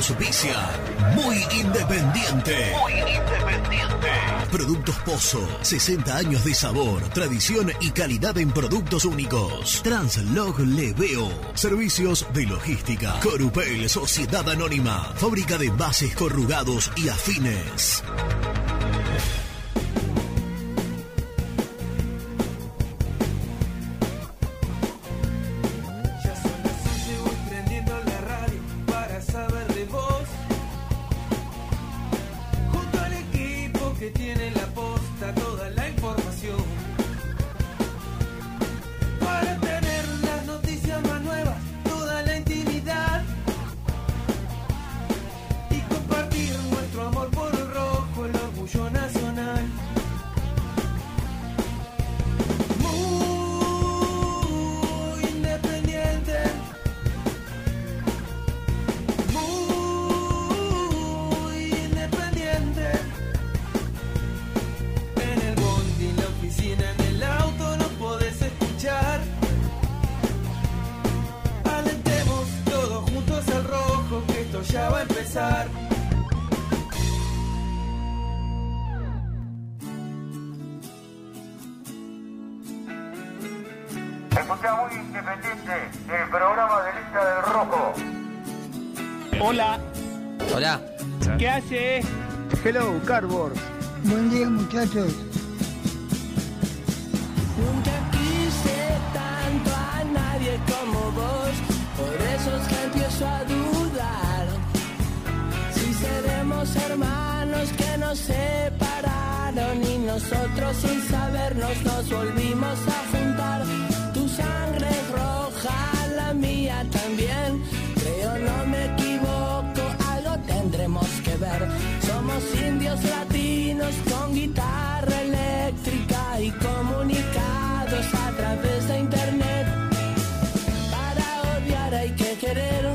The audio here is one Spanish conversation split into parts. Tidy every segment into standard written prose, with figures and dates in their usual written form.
Auspicia Muy Independiente. Muy Independiente. Productos Pozo. 60 años de sabor, tradición y calidad en productos únicos. Translog Leveo. Servicios de logística. Corupel Sociedad Anónima. Fábrica de envases corrugados y afines. Escucha Muy Independiente, el programa de Lista del Rojo. Hola. Hola. ¿Qué hace? Hello, Cardboard. Buen día, muchachos. Nunca quise tanto a nadie como vos, por eso es que empiezo a dudar. Si seremos hermanos que nos separaron y nosotros sin sabernos nos volvimos a juntar. Tu sangre es roja, la mía también. Creo no me equivoco, algo tendremos que ver. Somos indios latinos con guitarra eléctrica y comunicados a través de internet. Para odiar hay que querer,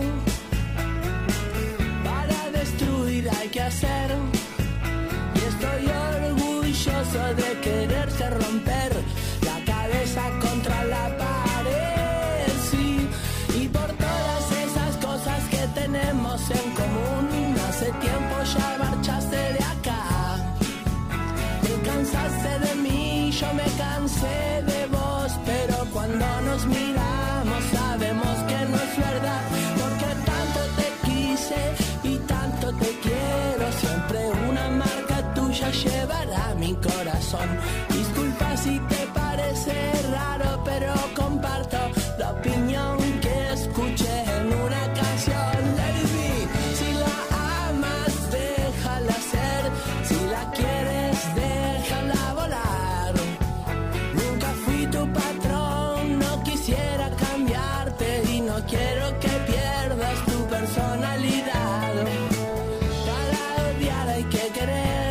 para destruir hay que hacer. Y estoy orgulloso de quererte romper la cabeza contra la pared, sí. Y por todas esas cosas que tenemos en común, hace tiempo ya marchaste de acá. Te cansaste de mí, yo me cansé de vos, pero cuando nos miramos sabemos que no es verdad, porque tanto te quise y tanto te quiero, siempre una marca tuya llevará mi corazón. Disculpa si te parece raro, pero comparto la opinión que escuché en una canción. Lady, si la amas, déjala ser, si la quieres, déjala volar. Nunca fui tu patrón, no quisiera cambiarte y no quiero que pierdas tu personalidad. Para odiar hay que querer,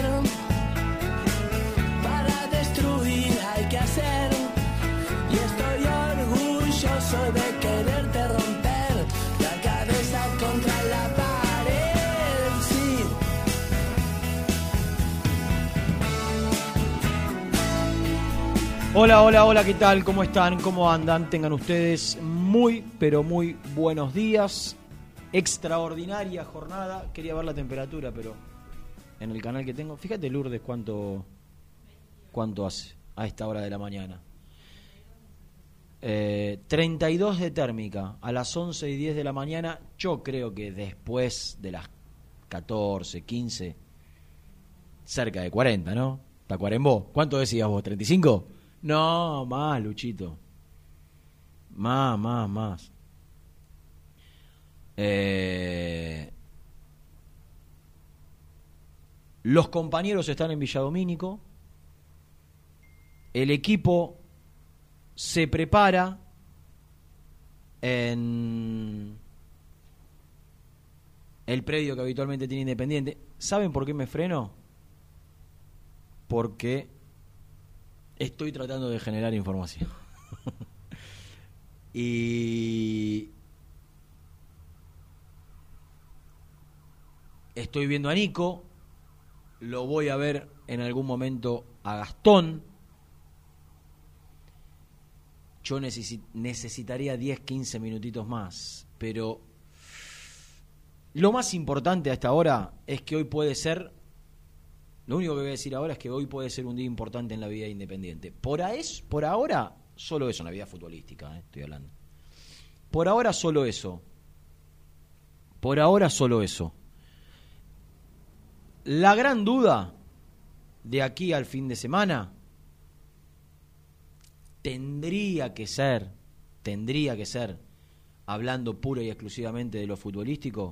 para destruir hay que hacer. Y estoy orgulloso de quererte romper la cabeza contra la pared, sí. Hola, hola, hola, ¿qué tal? ¿Cómo están? ¿Cómo andan? Tengan ustedes muy, pero muy buenos días. Extraordinaria jornada. Quería ver la temperatura, pero en el canal que tengo. Fíjate, Lourdes, cuánto hace a esta hora de la mañana. 32 de térmica a las 11:10 de la mañana. Yo creo que después de las 14, 15, cerca de 40, ¿no? Tacuarembó. ¿Cuánto decías vos? ¿35? No, más, Luchito. Más. Los compañeros están en Villadomínico. El equipo se prepara en el predio que habitualmente tiene Independiente. ¿Saben por qué me freno? Porque estoy tratando de generar información. Y estoy viendo a Nico, lo voy a ver en algún momento a Gastón. Yo necesitaría 10, 15 minutitos más, pero Lo más importante a esta hora es que hoy puede ser, lo único que voy a decir ahora es que hoy puede ser un día importante en la vida de Independiente. Por ahora, solo eso en la vida futbolística, estoy hablando. Por ahora solo eso. Por ahora solo eso. La gran duda de aquí al fin de semana tendría que ser, hablando pura y exclusivamente de lo futbolístico,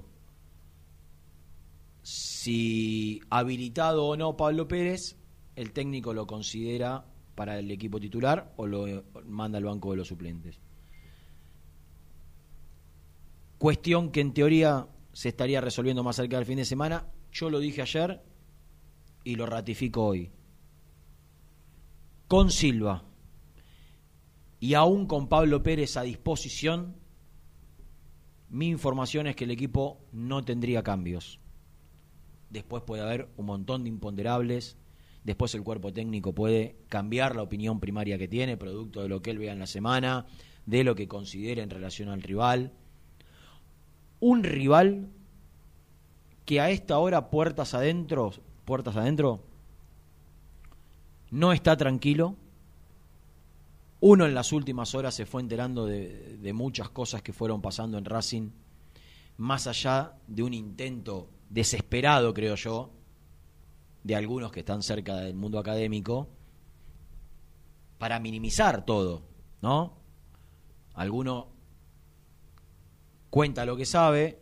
si habilitado o no Pablo Pérez, el técnico lo considera para el equipo titular o lo manda al banco de los suplentes. Cuestión que en teoría se estaría resolviendo más cerca del fin de semana. Yo lo dije ayer y lo ratifico hoy. Con Silva y aún con Pablo Pérez a disposición, mi información es que el equipo no tendría cambios. Después puede haber un montón de imponderables. Después el cuerpo técnico puede cambiar la opinión primaria que tiene, producto de lo que él vea en la semana, de lo que considere en relación al rival. Un rival que a esta hora, puertas adentro, no está tranquilo. Uno en las últimas horas se fue enterando de muchas cosas que fueron pasando en Racing, más allá de un intento desesperado, creo yo, de algunos que están cerca del mundo académico, para minimizar todo, ¿no? Alguno cuenta lo que sabe,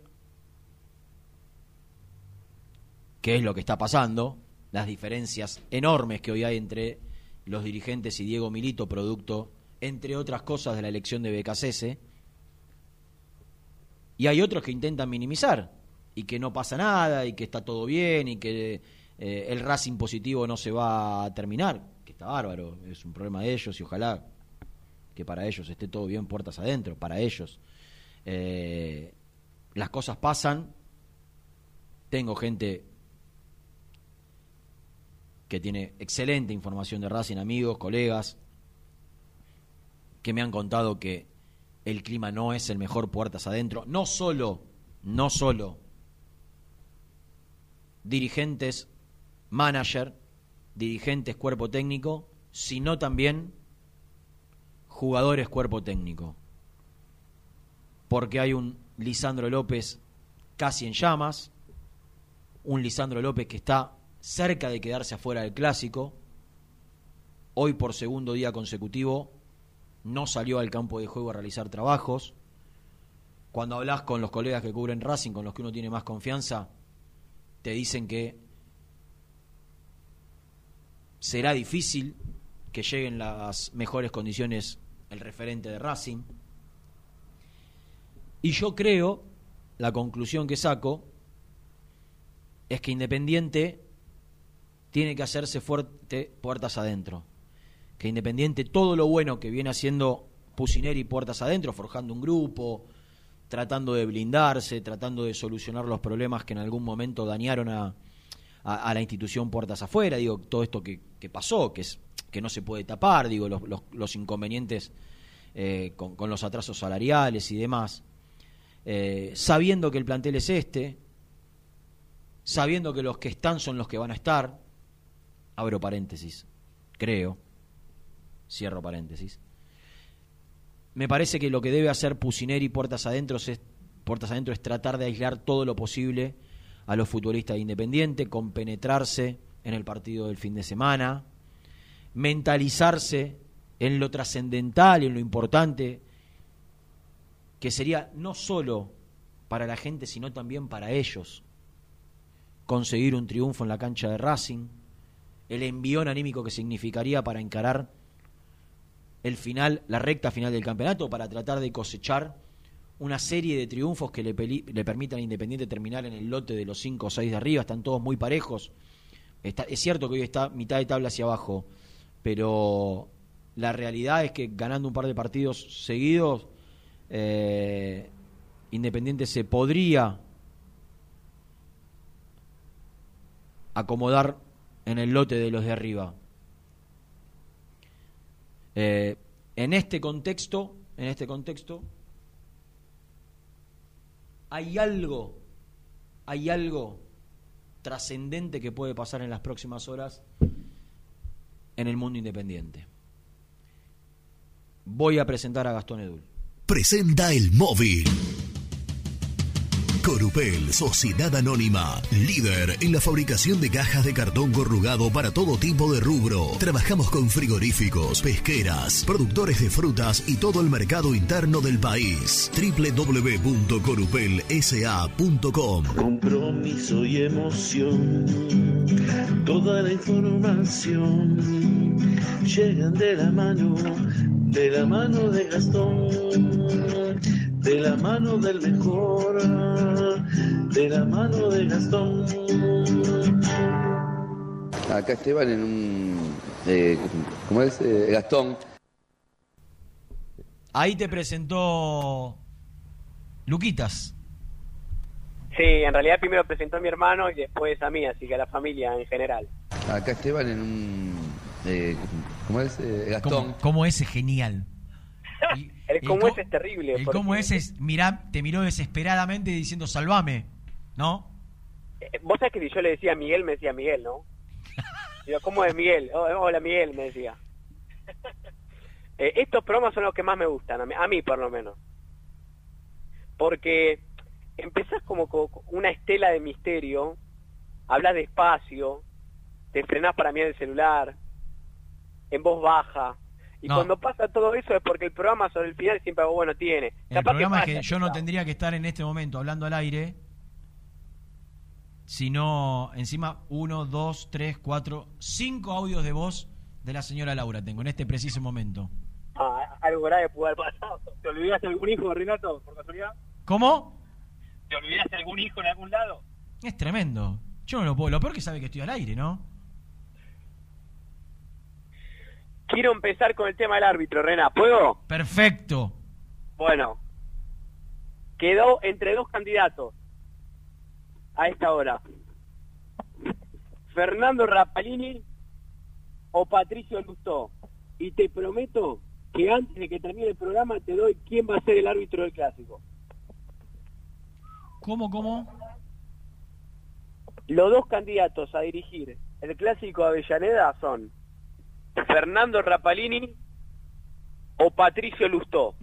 qué es lo que está pasando, las diferencias enormes que hoy hay entre los dirigentes y Diego Milito, producto, entre otras cosas, de la elección de Beccacece, y hay otros que intentan minimizar, y que no pasa nada, y que está todo bien, y que el Racing positivo no se va a terminar, que está bárbaro, es un problema de ellos, y ojalá que para ellos esté todo bien puertas adentro, para ellos. Las cosas pasan, tengo gente que tiene excelente información de Racing, amigos, colegas, que me han contado que el clima no es el mejor puertas adentro, no solo dirigentes, manager, dirigentes, cuerpo técnico, sino también jugadores, cuerpo técnico. Porque hay un Lisandro López casi en llamas, un Lisandro López que está cerca de quedarse afuera del Clásico. Hoy por segundo día consecutivo no salió al campo de juego a realizar trabajos. Cuando hablas con los colegas que cubren Racing, con los que uno tiene más confianza, te dicen que será difícil que lleguen las mejores condiciones el referente de Racing. Y yo creo, la conclusión que saco es que Independiente tiene que hacerse fuerte puertas adentro. Que Independiente, todo lo bueno que viene haciendo Pusineri puertas adentro, forjando un grupo, tratando de blindarse, tratando de solucionar los problemas que en algún momento dañaron a la institución puertas afuera, digo, todo esto que pasó, que no se puede tapar, digo, los inconvenientes con los atrasos salariales y demás, sabiendo que el plantel es sabiendo que los que están son los que van a estar, abro paréntesis, creo, cierro paréntesis. Me parece que lo que debe hacer Pusineri puertas adentro es tratar de aislar todo lo posible a los futbolistas de Independiente, compenetrarse en el partido del fin de semana, mentalizarse en lo trascendental y en lo importante que sería no solo para la gente, sino también para ellos conseguir un triunfo en la cancha de Racing, el envión anímico que significaría para encarar el final, la recta final del campeonato, para tratar de cosechar una serie de triunfos que le permitan a Independiente terminar en el lote de los 5 o 6 de arriba. Están todos muy parejos. Es cierto que hoy está mitad de tabla hacia abajo, pero la realidad es que ganando un par de partidos seguidos, Independiente se podría acomodar en el lote de los de arriba. En este contexto hay algo hay algo trascendente que puede pasar en las próximas horas en el mundo independiente. Voy a presentar a Gastón Edul. Presenta El Móvil. Corupel, Sociedad Anónima, líder en la fabricación de cajas de cartón corrugado para todo tipo de rubro. Trabajamos con frigoríficos, pesqueras, productores de frutas y todo el mercado interno del país. www.corupelsa.com. Compromiso y emoción, toda la información llegan de la mano de Gastón, de la mano del mejor, de la mano de Gastón. Acá Esteban en un... ¿cómo es? Gastón. Ahí te presentó Luquitas. Sí, en realidad primero presentó a mi hermano y después a mí, así que a la familia en general. Acá Esteban en un... ¿cómo es? Gastón. ¿Cómo es genial? El cómo es terrible. El cómo es mirá, te miró desesperadamente diciendo salvame, ¿no? Vos sabés que si yo le decía a Miguel, me decía Miguel, ¿no? Digo, ¿cómo es Miguel? Hola Miguel, me decía. Estos programas son los que más me gustan, a mí por lo menos. Porque empezás como con una estela de misterio, hablas despacio, te frenás para mirar el celular, en voz baja. Y cuando pasa todo eso es porque el programa sobre el final siempre algo bueno tiene. El problema es que yo no tendría que estar en este momento hablando al aire, sino encima 1, 2, 3, 4, 5 audios de voz de la señora Laura tengo en este preciso momento. Algo grave pudo haber pasado. ¿Te olvidaste algún hijo, Renato, por casualidad? ¿Cómo? ¿Te olvidaste algún hijo en algún lado? Es tremendo. Yo no lo puedo. Lo peor que sabe que estoy al aire, ¿no? Quiero empezar con el tema del árbitro, Rena. ¿Puedo? Perfecto. Bueno. Quedó entre dos candidatos a esta hora. Fernando Rapalini o Patricio Lustó. Y te prometo que antes de que termine el programa te doy quién va a ser el árbitro del clásico. ¿Cómo? Los dos candidatos a dirigir el clásico de Avellaneda son Fernando Rapalini o Patricio Lustó.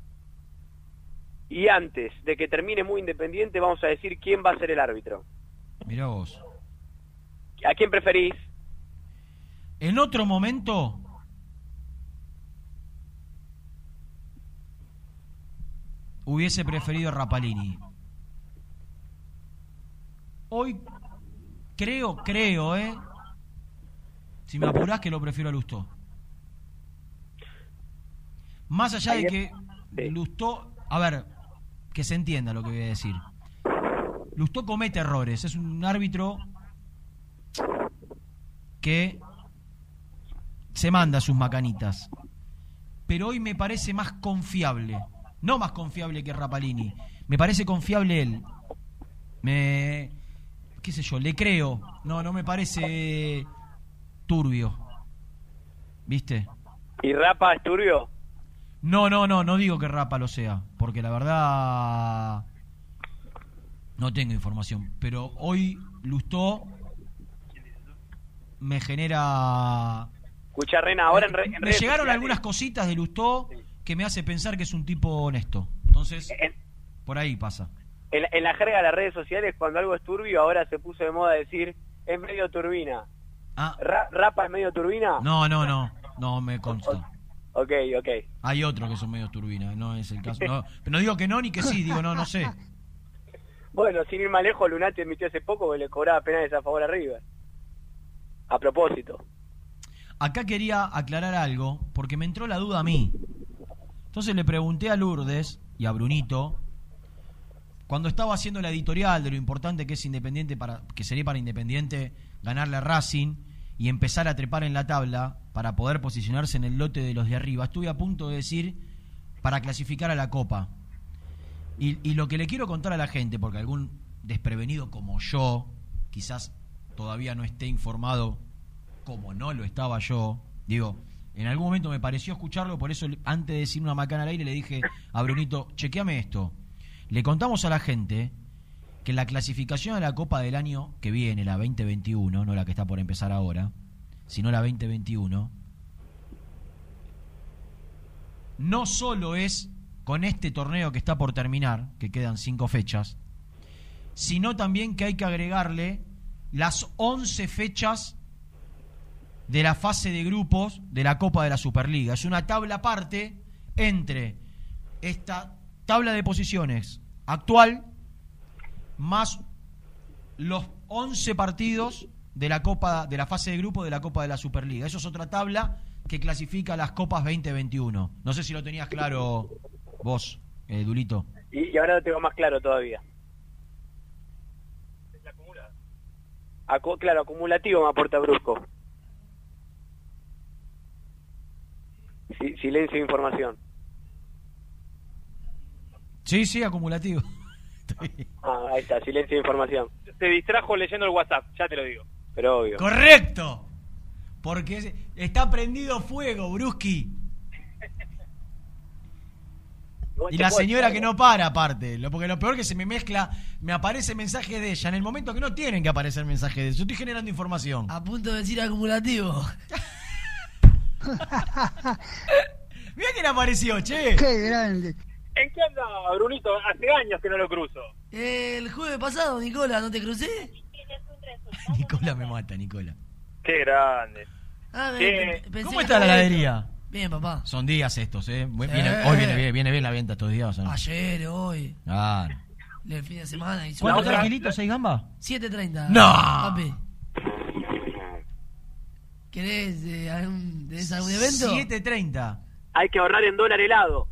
Y antes de que termine Muy Independiente vamos a decir quién va a ser el árbitro. Mirá vos. ¿A quién preferís? En otro momento hubiese preferido a Rapalini. Hoy creo, si me apurás, que lo prefiero a Lustó. Más allá de que Lustó, a ver, que se entienda lo que voy a decir. Lustó comete errores, es un árbitro que se manda sus macanitas. Pero hoy me parece más confiable. No más confiable que Rapalini. Me parece confiable él. Qué sé yo, le creo. No me parece turbio. ¿Viste? ¿Y Rapa es turbio? No digo que Rapa lo sea, porque la verdad no tengo información. Pero hoy Lustó me genera... Escucha, Rena, ahora me llegaron algunas cositas de Lustó que me hace pensar que es un tipo honesto. Entonces, por ahí pasa. En la jerga de las redes sociales, cuando algo es turbio, ahora se puso de moda decir, es medio turbina. ¿Rapa es medio turbina? No me consta. Ok. Hay otros que son medio turbina, no es el caso. Pero no digo que no ni que sí, digo no sé. Bueno, sin ir más lejos, Lunati admitió hace poco que le cobraba penales a favor a River. A propósito. Acá quería aclarar algo, porque me entró la duda a mí. Entonces le pregunté a Lourdes y a Brunito, cuando estaba haciendo la editorial de lo importante que es Independiente, que sería para Independiente ganarle a Racing y empezar a trepar en la tabla para poder posicionarse en el lote de los de arriba, estuve a punto de decir para clasificar a la Copa. Y lo que le quiero contar a la gente, porque algún desprevenido como yo, quizás todavía no esté informado como no lo estaba yo, digo, en algún momento me pareció escucharlo, por eso antes de decir una macana al aire le dije a Brunito, chequeame esto. Le contamos a la gente que la clasificación a la Copa del año que viene, la 2021, no la que está por empezar ahora, sino la 2021, no solo es con este torneo que está por terminar, que quedan 5 fechas, sino también que hay que agregarle las 11 fechas de la fase de grupos de la Copa de la Superliga. Es una tabla aparte entre esta tabla de posiciones actual más los 11 partidos de la Copa, de la fase de grupo de la Copa de la Superliga. Eso es otra tabla que clasifica las Copas 2021. No sé si lo tenías claro vos, Dulito. Y ahora lo tengo más claro todavía. Claro, acumulativo me aporta Brusco. Silencio de información. Sí, acumulativo. Ahí está, silencio de información. Se distrajo leyendo el WhatsApp, ya te lo digo. Pero obvio. ¡Correcto! Porque está prendido fuego, Bruski. Y la señora que no para, aparte. Porque lo peor que se me mezcla, me aparece mensaje de ella en el momento que no tienen que aparecer mensaje de ella. Yo estoy generando información. A punto de decir acumulativo. Mira quién apareció, che. ¡Qué grande! ¿En qué andaba, Brunito? Hace años que no lo cruzo. El jueves pasado, Nicola, ¿no te crucé? Nicola me mata, Nicola. Qué grande. ¿Cómo está la heladería? Bien, papá. Son días estos, ¿eh? Hoy viene bien la venta estos días, ¿no? Ayer, hoy. Claro. El fin de semana. ¿Cuánto está el kilito? ¿6 gambas? 7.30. ¡No! Papi. ¿Querés algún evento? 7.30. Hay que ahorrar en dólar helado.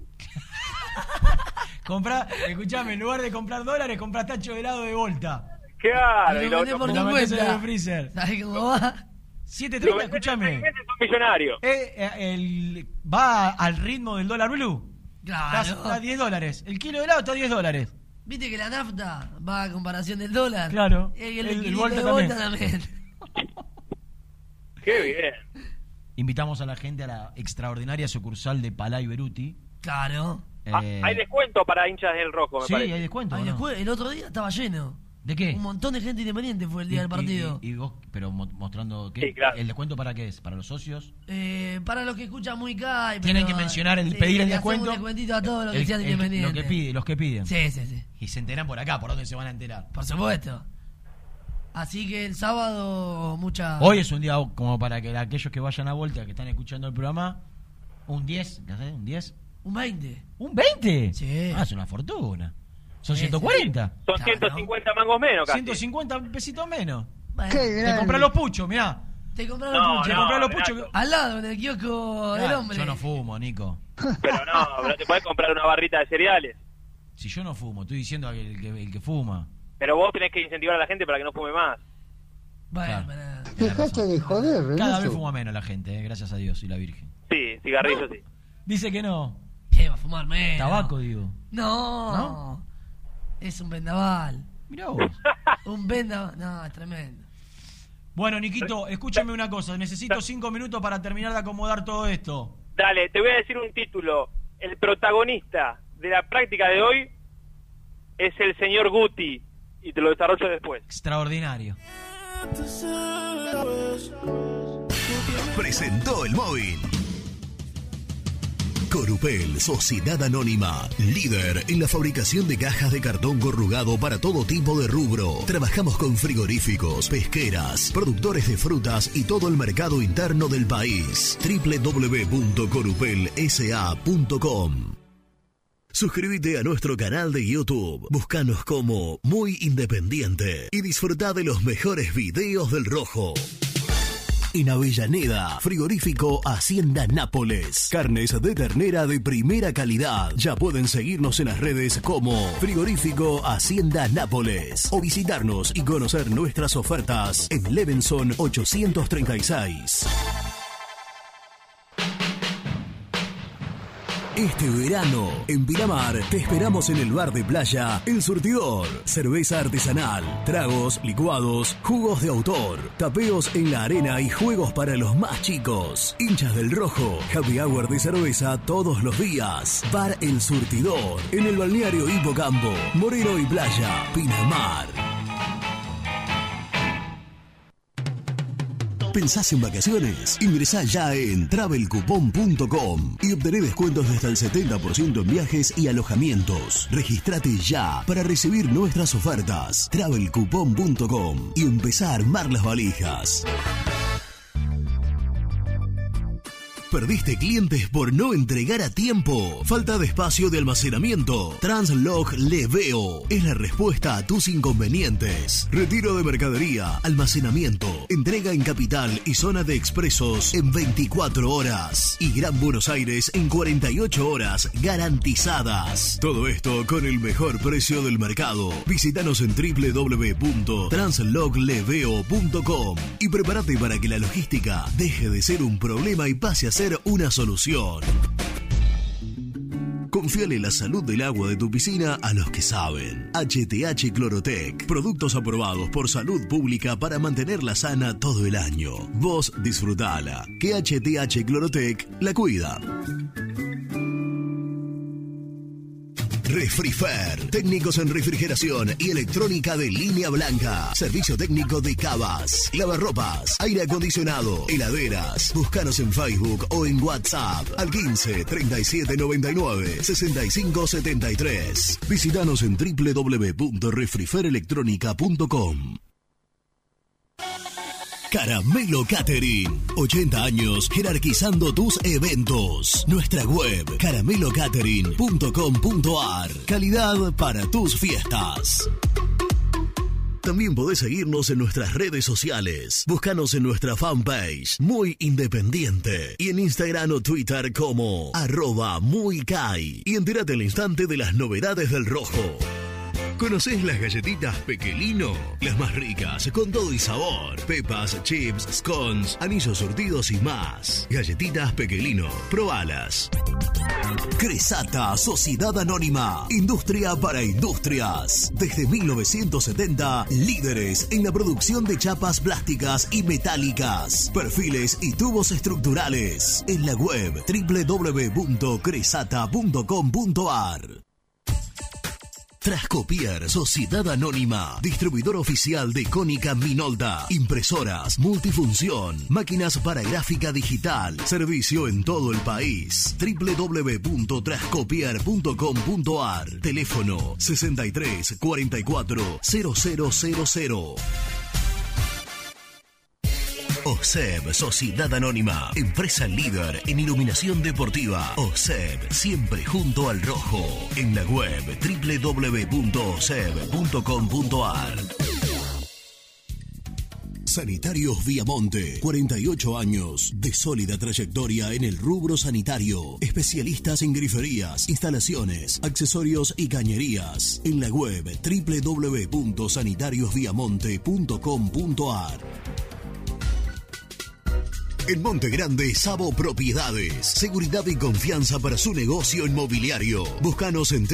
Escuchame, en lugar de comprar dólares, comprá tacho de helado de Volta. Claro, y lo vendés por tu cuenta. En el freezer. ¿Sabés cómo va? 7.30, escuchame. Son millonarios. Va al ritmo del dólar blue. Claro. Está a $10. El kilo de helado está a $10. Viste que la nafta va a comparación del dólar. Claro. El Volta también. Qué bien. Invitamos a la gente a la extraordinaria sucursal de Palay Beruti. Claro. Hay descuento para hinchas del Rojo, me parece. Sí, hay descuento. ¿no? El otro día estaba lleno. ¿De qué? Un montón de gente independiente fue el día del partido. ¿Y vos, pero mostrando qué? Sí, claro. ¿El descuento para qué es? ¿Para los socios? Para los que escuchan muy Kai. Tienen que mencionar pedir el descuento. Un descuentito a todos los que sean independientes. Los que piden. Sí. Y se enteran por acá, ¿por dónde se van a enterar? Por supuesto. Así que el sábado Hoy es un día como para que aquellos que vayan a Volta, que están escuchando el programa, un 10, ¿qué haces? ¿Un 10? Un 20. ¿Un 20? Sí. Es una fortuna. Son 140. Sí. Son 150 mangos menos, casi. 150 pesitos menos. Bueno, te comprás los puchos, mirá. Te comprás los puchos. Te comprás los puchos. Al lado, en el kiosco del hombre. Yo no fumo, Nico. Pero te podés comprar una barrita de cereales. Si yo no fumo, estoy diciendo el que fuma. Pero vos tenés que incentivar a la gente para que no fume más. Bueno, Dejate de joder, Renato. Cada vez fuma menos la gente, gracias a Dios y la Virgen. Sí, cigarrillo sí. Dice que no. ¿Qué va a fumar menos? Tabaco, digo. No. Es un vendaval. Mirá vos. Un vendaval. No, es tremendo. Bueno, Niquito, escúchame una cosa. Necesito 5 minutos para terminar de acomodar todo esto. Dale, te voy a decir un título. El protagonista de la práctica de hoy es el señor Guti. Y te lo desarrollo después. Extraordinario. Presentó el móvil. Corupel, Sociedad Anónima, líder en la fabricación de cajas de cartón corrugado para todo tipo de rubro. Trabajamos con frigoríficos, pesqueras, productores de frutas y todo el mercado interno del país. www.corupelsa.com. Suscríbete a nuestro canal de YouTube, búscanos como Muy Independiente y disfruta de los mejores videos del Rojo. En Avellaneda, frigorífico Hacienda Nápoles. Carnes de ternera de primera calidad. Ya pueden seguirnos en las redes como Frigorífico Hacienda Nápoles o visitarnos y conocer nuestras ofertas en Levenson 836. Este verano, en Pinamar, te esperamos en el bar de playa El Surtidor. Cerveza artesanal, tragos, licuados, jugos de autor, tapeos en la arena y juegos para los más chicos. Hinchas del Rojo, happy hour de cerveza todos los días. Bar El Surtidor, en el balneario Hipocampo, Moreno y Playa, Pinamar. ¿Pensás en vacaciones? Ingresá ya en travelcoupon.com y obtené descuentos de hasta el 70% en viajes y alojamientos. Registrate ya para recibir nuestras ofertas. Travelcoupon.com y empezá a armar las valijas. ¿Perdiste clientes por no entregar a tiempo? ¿Falta de espacio de almacenamiento? Translog Leveo es la respuesta a tus inconvenientes. Retiro de mercadería, almacenamiento, entrega en Capital y zona de expresos en 24 horas y Gran Buenos Aires en 48 horas garantizadas. Todo esto con el mejor precio del mercado. Visítanos en www.translogleveo.com y prepárate para que la logística deje de ser un problema y pase a ser una solución. Confíale la salud del agua de tu piscina a los que saben. HTH Clorotec. Productos aprobados por salud pública para mantenerla sana todo el año. Vos disfrutala, que HTH Clorotec la cuida. Refrifer, técnicos en refrigeración y electrónica de línea blanca. Servicio técnico de cavas, lavarropas, aire acondicionado, heladeras. Búscanos en Facebook o en WhatsApp al 15 37 99 65 73. Visítanos en www.refriferelectronica.com. Caramelo Catering. 80 años jerarquizando tus eventos. Nuestra web, caramelocatering.com.ar. Calidad para tus fiestas. También podés seguirnos en nuestras redes sociales. Búscanos en nuestra fanpage, Muy Independiente. Y en Instagram o Twitter como @muycai. Y entérate al instante de las novedades del Rojo. ¿Conocés las galletitas Pequelino? Las más ricas, con todo y sabor. Pepas, chips, scones, anillos surtidos y más. Galletitas Pequelino, probalas. Cresata, Sociedad Anónima. Industria para industrias. Desde 1970, líderes en la producción de chapas plásticas y metálicas, perfiles y tubos estructurales. En la web www.cresata.com.ar. Trascopier, Sociedad Anónima, distribuidor oficial de Cónica Minolta, impresoras, multifunción, máquinas para gráfica digital, servicio en todo el país. www.trascopier.com.ar, teléfono 63 44 0000. OSEB, Sociedad Anónima, empresa líder en iluminación deportiva. OSEB, siempre junto al rojo. En la web www.oseb.com.ar. Sanitarios Viamonte, 48 años de sólida trayectoria en el rubro sanitario. Especialistas en griferías, instalaciones, accesorios y cañerías. En la web www.sanitariosviamonte.com.ar. En Monte Grande, Sabo Propiedades. Seguridad y confianza para su negocio inmobiliario. Búscanos en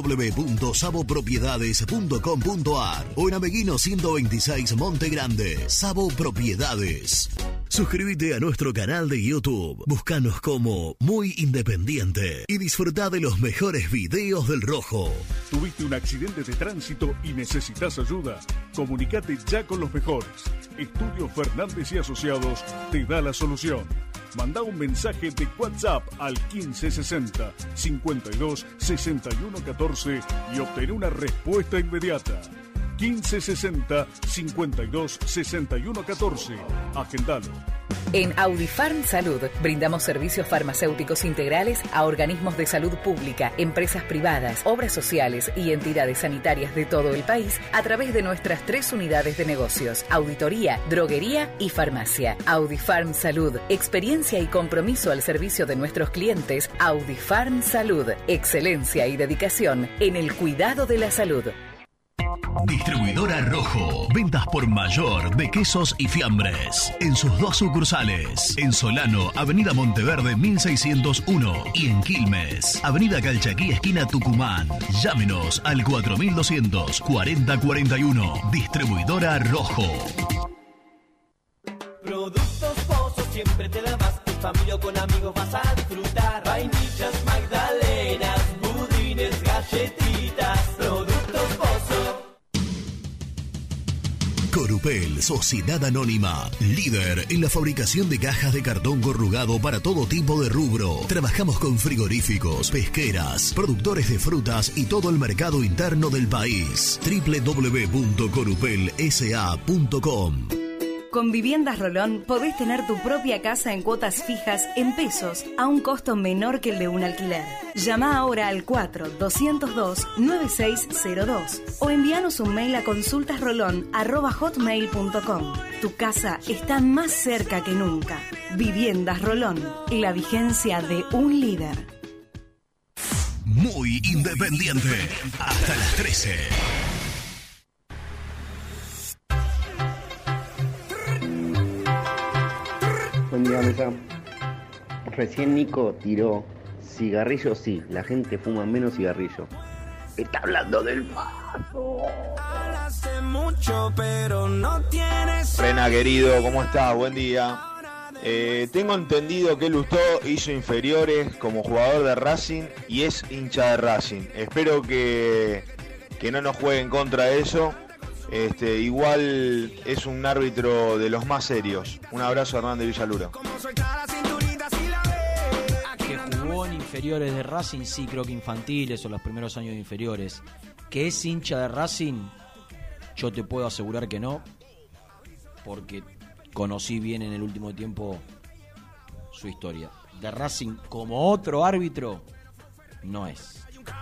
www.sabopropiedades.com.ar o en Ameguino 126 Monte Grande. Sabo Propiedades. Suscríbete a nuestro canal de YouTube. Búscanos como Muy Independiente y disfruta de los mejores videos del Rojo. ¿Tuviste un accidente de tránsito y necesitas ayuda? Comunicate ya con los mejores. Estudio Fernández y Asociados te da la solución. Manda un mensaje de WhatsApp al 1560 52 61 14 y obtén una respuesta inmediata. 1560 52 61 14. Agendalo. En Audifarm Salud brindamos servicios farmacéuticos integrales a organismos de salud pública, empresas privadas, obras sociales y entidades sanitarias de todo el país a través de nuestras 3 unidades de negocios: auditoría, droguería y farmacia. Audifarm Salud, experiencia y compromiso al servicio de nuestros clientes. Audifarm Salud, excelencia y dedicación en el cuidado de la salud. Distribuidora Rojo. Ventas por mayor de quesos y fiambres. En sus 2 sucursales. En Solano, Avenida Monteverde 1601. Y en Quilmes, Avenida Calchaquí, esquina Tucumán. Llámenos al 4200 4041. Distribuidora Rojo. Productos Pozo siempre te da más. En familia o con amigos vas a disfrutar. Vainillas, magdalenas, budines, galletitas. Productos Pozo. Corupel, Sociedad Anónima, líder en la fabricación de cajas de cartón corrugado para todo tipo de rubro. Trabajamos con frigoríficos, pesqueras, productores de frutas y todo el mercado interno del país. www.corupelsa.com. Con Viviendas Rolón podés tener tu propia casa en cuotas fijas en pesos a un costo menor que el de un alquiler. Llama ahora al 4-202-9602 o envíanos un mail a consultasrolón@hotmail.com. Tu casa está más cerca que nunca. Viviendas Rolón, la vigencia de un líder. Muy independiente. Hasta las 13. Buen día, mesa. Recién Nico tiró cigarrillo, sí, la gente fuma menos cigarrillo. Está hablando del paso. Hace mucho, pero no tienes. Rena, querido, ¿cómo estás? Buen día. Tengo entendido que Lustó hizo inferiores como jugador de Racing y es hincha de Racing. Espero que no nos juegue en contra de eso. Igual es un árbitro de los más serios. Un abrazo, Hernán de Villaluro. Que jugó en inferiores de Racing, sí, creo que infantiles o los primeros años de inferiores. Que es hincha de Racing, yo te puedo asegurar que no, porque conocí bien en el último tiempo su historia. De Racing como otro árbitro, no es.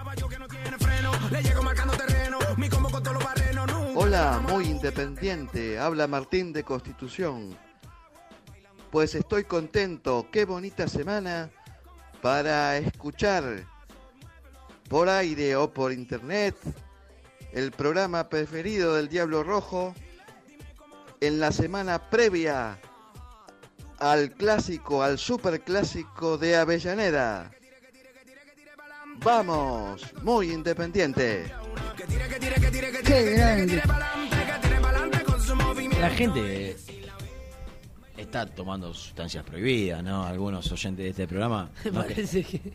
Hola, muy independiente. Habla Martín de Constitución. Pues estoy contento. Qué bonita semana para escuchar por aire o por internet el programa preferido del Diablo Rojo en la semana previa al clásico, al superclásico de Avellaneda. Vamos, muy independiente. Qué grande. La gente está tomando sustancias prohibidas, ¿no? Algunos oyentes de este programa. Me parece que...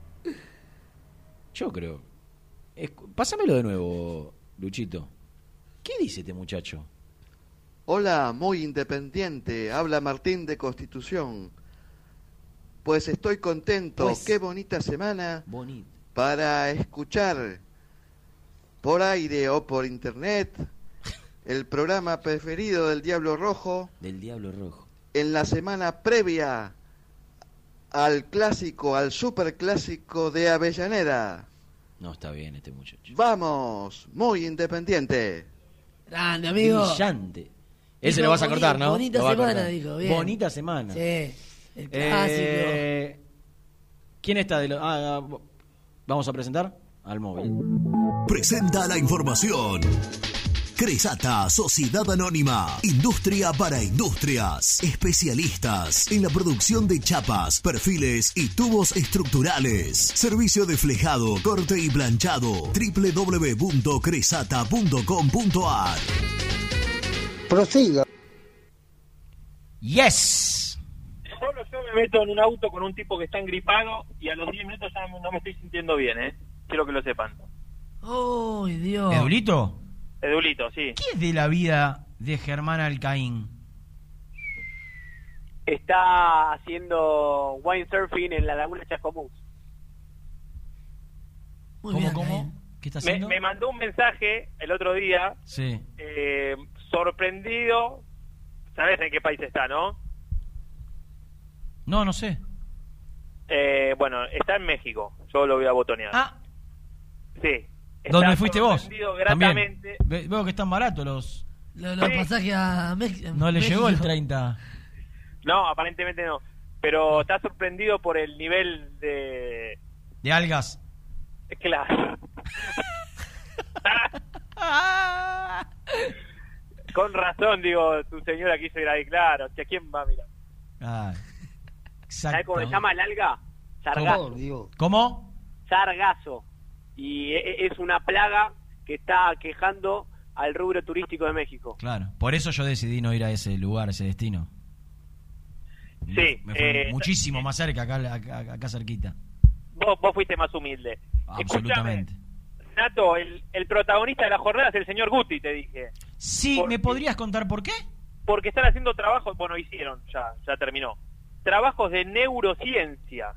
Yo creo. Pásamelo de nuevo, Luchito. ¿Qué dice este muchacho? Hola, muy independiente. Habla Martín de Constitución. Pues estoy contento. Pues, qué bonita semana. Bonito. Para escuchar por aire o por internet el programa preferido del Diablo Rojo. Del Diablo Rojo. En la semana previa al clásico, al superclásico de Avellaneda. No está bien este muchacho. Vamos, muy independiente. Grande, amigo. Brillante. Ese lo vas a cortar, ¿no? Bonita semana, dijo. Bien. Bonita semana. Sí, el clásico. ¿Quién está de los...? Vamos a presentar al móvil. Presenta la información. Cresata, Sociedad Anónima, industria para industrias, especialistas en la producción de chapas, perfiles y tubos estructurales. Servicio de flejado, corte y planchado. www.cresata.com.ar. Prosiga. Yes. Solo yo me meto en un auto con un tipo que está engripado y a los 10 minutos ya no me estoy sintiendo bien, Quiero que lo sepan. ¡Oh, Dios! ¿Edulito? Edulito, sí. ¿Qué es de la vida de Germán Alcaín? Está haciendo windsurfing en la laguna Chascomús. ¿Cómo? ¿Qué está haciendo? Me mandó un mensaje el otro día. Sí. Sorprendido. ¿Sabes en qué país está, no? No sé. Bueno, está en México. Yo lo voy a botonear. Ah. Sí. ¿Dónde fuiste vos? También. Veo que están baratos los pasajes a México. No le llegó el 30. No, aparentemente no. Pero está sorprendido por el nivel de algas. Claro. Con razón, digo, tu señora quiso ir ahí, claro. ¿A quién va a mirar? ¿Sabes cómo se llama el alga? Sargazo. ¿Cómo? Sargazo. Y es una plaga que está aquejando al rubro turístico de México. Claro, por eso yo decidí no ir a ese lugar, a ese destino. Sí. Me fue muchísimo más cerca, acá cerquita. Vos fuiste más humilde. Absolutamente. Escuchame, Renato, el protagonista de la jornada es el señor Guti, te dije. Sí, ¿me podrías contar por qué? Porque están haciendo trabajos, bueno, hicieron, ya terminó. Trabajos de neurociencia.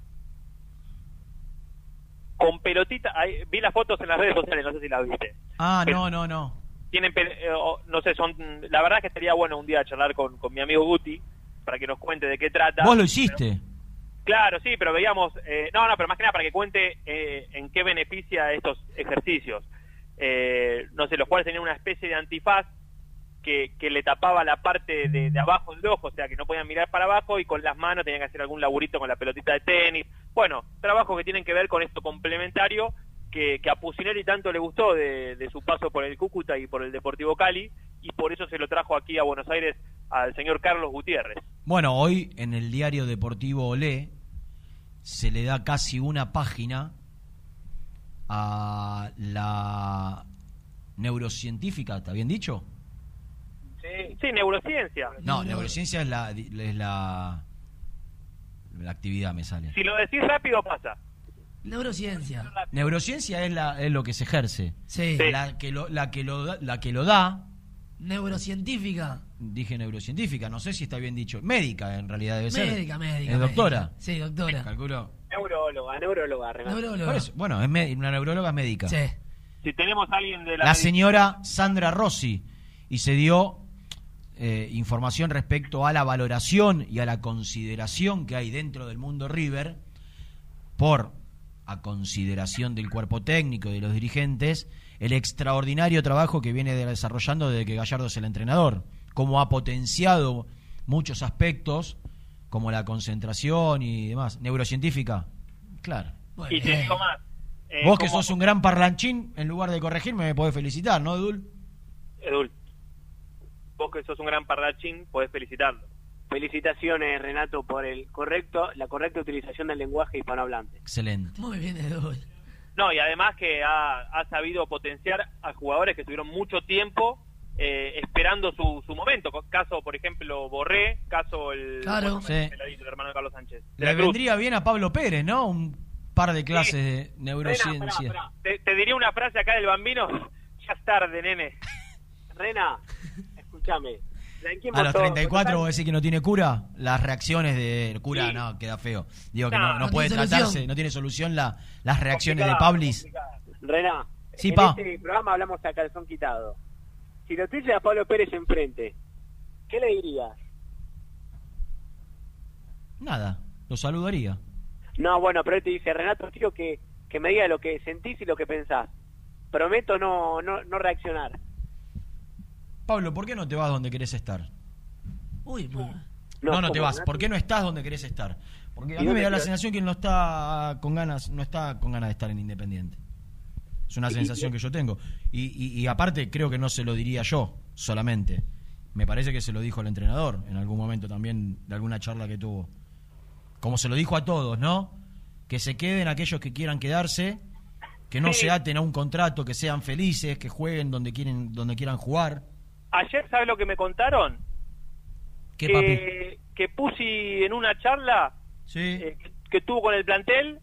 Con pelotita, vi las fotos en las redes sociales, no sé si las viste. No. Tienen, no sé, la verdad es que sería bueno un día charlar con mi amigo Guti, para que nos cuente de qué trata. ¿Vos lo hiciste? Claro, sí, pero veíamos, pero más que nada para que cuente en qué beneficia estos ejercicios. No sé, los cuales tenían una especie de antifaz que le tapaba la parte de abajo del ojo, o sea que no podían mirar para abajo, y con las manos tenían que hacer algún laburito con la pelotita de tenis. Bueno, trabajos que tienen que ver con esto complementario que a Pusineri tanto le gustó de su paso por el Cúcuta y por el Deportivo Cali, y por eso se lo trajo aquí a Buenos Aires al señor Carlos Gutiérrez. Bueno, hoy en el diario deportivo Olé se le da casi una página a la neurocientífica, ¿está bien dicho? Sí, neurociencia. No, neurociencia es la actividad, me sale. Si lo decís rápido pasa. Neurociencia. Neurociencia es lo que se ejerce. Sí. La que lo da. Neurocientífica. Dije neurocientífica, no sé si está bien dicho. Médica, en realidad debe ser. Médica. ¿Es doctora? Sí, doctora. Calculo. Neuróloga. Por eso, bueno, una neuróloga es médica. Sí. Si tenemos a alguien de la señora Sandra Rossi, y se dio información respecto a la valoración y a la consideración que hay dentro del mundo River a consideración del cuerpo técnico y de los dirigentes, el extraordinario trabajo que viene desarrollando desde que Gallardo es el entrenador, cómo ha potenciado muchos aspectos como la concentración y demás. Neurocientífica, claro. Bueno, y te digo más, vos que sos un gran parlanchín, en lugar de corregirme me podés felicitar, ¿no, Edul? Vos que sos un gran parlanchín podés felicitarlo. Felicitaciones, Renato, por la correcta utilización del lenguaje hispanohablante. Excelente. Muy bien, Edul. No, y además que ha sabido potenciar a jugadores que estuvieron mucho tiempo esperando su momento. Caso, por ejemplo, Borré, caso el hermano de Carlos Sánchez. Le vendría bien a Pablo Pérez, ¿no? Un par de clases de neurociencia. Rena, te diría una frase acá del Bambino. Ya es tarde, nene. Rena, escúchame. A los 34 vos decís que no tiene cura. Las reacciones de cura, no, queda feo. Digo que no puede tratarse, no tiene solución las reacciones de Pablis. Rena, sí, en este programa hablamos a calzón quitado. Si lo tuviese a Pablo Pérez enfrente, ¿qué le dirías? Nada, lo saludaría. No, bueno, pero él te dice, Renato, quiero que me diga lo que sentís y lo que pensás. Prometo no reaccionar. Pablo, ¿por qué no te vas donde querés estar? Uy, no te vas. ¿Por qué no estás donde querés estar? Porque a mí me da la sensación que no está con ganas de estar en Independiente. Es una sensación que yo tengo. Y aparte creo que no se lo diría yo solamente. Me parece que se lo dijo el entrenador en algún momento también de alguna charla que tuvo. Como se lo dijo a todos, ¿no? Que se queden aquellos que quieran quedarse, que no se aten a un contrato, que sean felices, que jueguen donde quieran jugar. Ayer, ¿sabes lo que me contaron? Que Pusi en una charla que tuvo con el plantel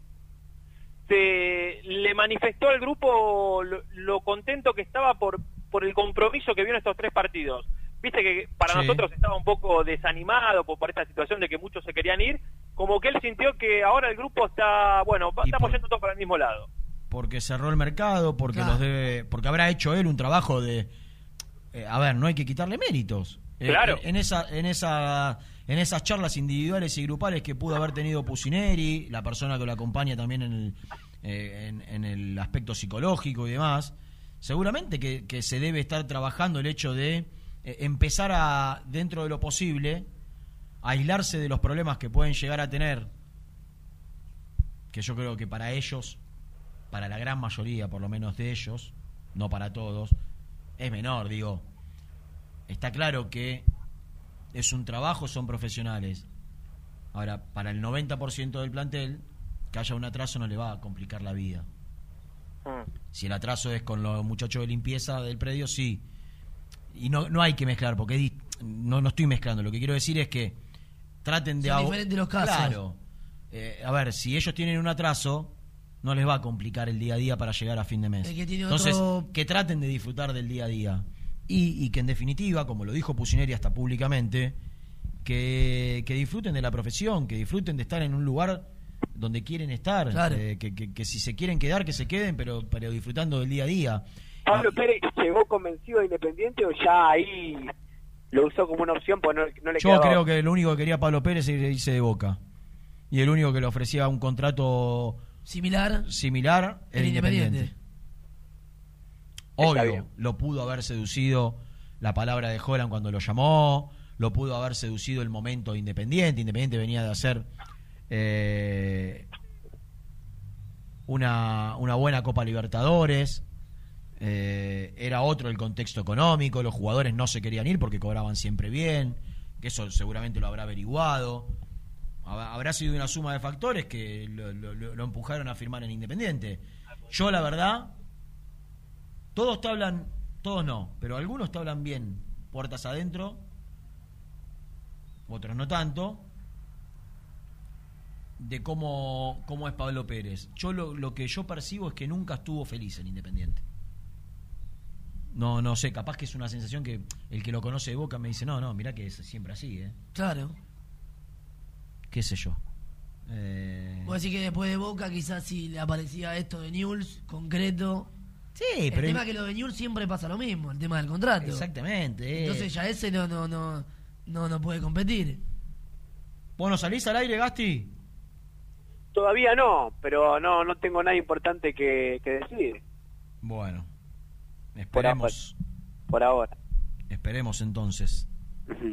le manifestó al grupo lo contento que estaba por el compromiso que vio en estos 3 partidos. Viste que para nosotros estaba un poco desanimado por esta situación de que muchos se querían ir, como que él sintió que ahora el grupo está, estamos yendo todos para el mismo lado. Porque cerró el mercado, porque porque habrá hecho él un trabajo de no hay que quitarle méritos. Claro. En esas charlas individuales y grupales que pudo haber tenido Pusineri, la persona que lo acompaña también en el aspecto psicológico y demás, seguramente que se debe estar trabajando el hecho de empezar a, dentro de lo posible, aislarse de los problemas que pueden llegar a tener, que yo creo que para ellos, para la gran mayoría por lo menos de ellos, no para todos, es menor, digo. está claro que es un trabajo, son profesionales. Ahora, para el 90% del plantel, que haya un atraso no le va a complicar la vida. Si el atraso es con los muchachos de limpieza del predio, sí. Y no hay que mezclar, porque no estoy mezclando. Lo que quiero decir es que traten de... Son diferentes los casos. Claro. A ver, si ellos tienen un atraso, no les va a complicar el día a día para llegar a fin de mes. Entonces, que traten de disfrutar del día a día. Y que en definitiva, como lo dijo Pusineri hasta públicamente, que disfruten de la profesión, que disfruten de estar en un lugar donde quieren estar, claro. que si se quieren quedar, que se queden, pero disfrutando del día a día. ¿Pablo Pérez llegó convencido de Independiente o ya ahí lo usó como una opción? Pues no le Yo creo que lo único que quería Pablo Pérez era irse de Boca. Y el único que le ofrecía un contrato similar era Independiente. Obvio, lo pudo haber seducido la palabra de Holland cuando lo llamó, lo pudo haber seducido el momento de Independiente. Independiente venía de hacer una buena Copa Libertadores, era otro el contexto económico, los jugadores no se querían ir porque cobraban siempre bien, que eso seguramente lo habrá averiguado, habrá sido una suma de factores que lo empujaron a firmar en Independiente. Yo la verdad, todos no, pero algunos te hablan bien puertas adentro, otros no tanto, de cómo es Pablo Pérez. Yo lo que yo percibo es que nunca estuvo feliz en Independiente. No sé, capaz que es una sensación que el que lo conoce de Boca me dice, no, mirá que es siempre así, Claro. Qué sé yo. Vos decís que después de Boca quizás sí le aparecía esto de Newell's, concreto. Sí, pero el tema es que lo de Newell's siempre pasa lo mismo, el tema del contrato. Exactamente. Entonces ya ese no puede competir. ¿Vos no salís al aire, Gasti? Todavía no, pero no tengo nada importante que decir. Bueno, esperemos. Por ahora. Esperemos entonces. Uh-huh.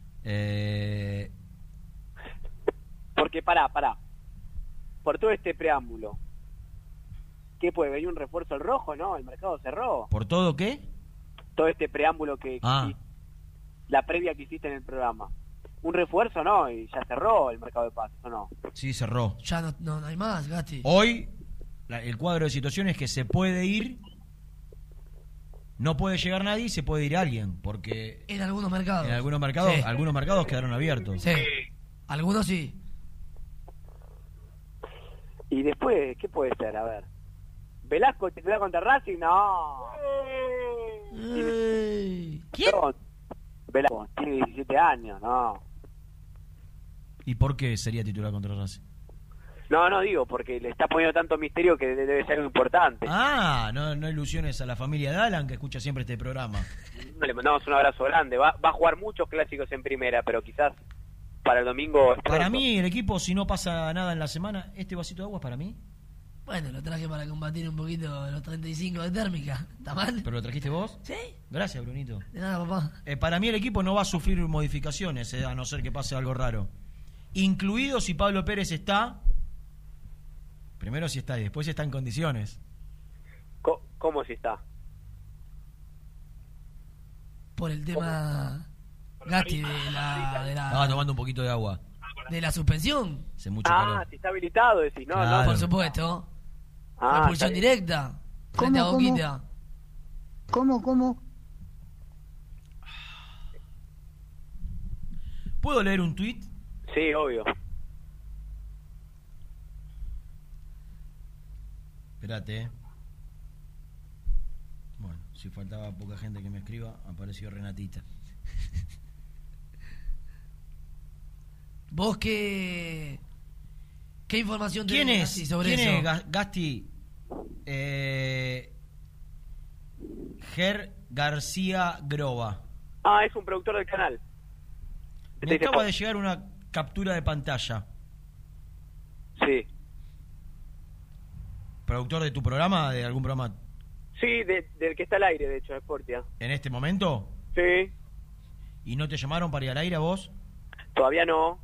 Porque pará. Por todo este preámbulo, ¿qué puede venir un refuerzo al rojo? No, el mercado cerró. ¿Por todo qué? Todo este preámbulo que la previa que hiciste en el programa. Un refuerzo no, y ya cerró el mercado de pases, ¿o no? Sí, cerró. Ya no hay más, Gasti. Hoy, el cuadro de situación es que se puede ir, no puede llegar nadie y se puede ir alguien, porque... En algunos mercados. En algunos mercados, sí. Algunos mercados quedaron abiertos. Sí, algunos sí. Y después, ¿qué puede ser? A ver. ¿Velasco titular contra Racing? No. ¿Quién? Velasco, tiene 17 años, no. ¿Y por qué sería titular contra Racing? No digo, porque le está poniendo tanto misterio que debe ser algo importante. No ilusiones a la familia de Alan, que escucha siempre este programa. Le mandamos un abrazo grande. Va a jugar muchos clásicos en primera, pero quizás para el domingo... Para mí, el equipo, si no pasa nada en la semana, este vasito de agua es para mí. Bueno, lo traje para combatir un poquito los 35 de térmica. ¿Está mal? ¿Pero lo trajiste vos? Sí. Gracias, Brunito. De nada, papá. Para mí el equipo no va a sufrir modificaciones, a no ser que pase algo raro. Incluido si Pablo Pérez está... Primero si está y después si está en condiciones. ¿Cómo si está? Por el tema... Gasti, de la... Estaba tomando un poquito de agua. ¿De la suspensión? Hace mucho calor. Si está habilitado, decís. No, por supuesto. Fue expulsión directa. Frente a Boquita. ¿Cómo? ¿Puedo leer un tuit? Sí, obvio. Espérate. Bueno, si faltaba poca gente que me escriba, apareció Renatita. ¿Vos qué información tenés sobre eso? ¿Quién es Gasti? Ger García Groba. Es un productor del canal. Me acaba de llegar una captura de pantalla. Sí. ¿Productor de tu programa? ¿De algún programa? Sí, del que está al aire, de hecho, de Sportia. ¿En este momento? Sí. ¿Y no te llamaron para ir al aire a vos? Todavía no.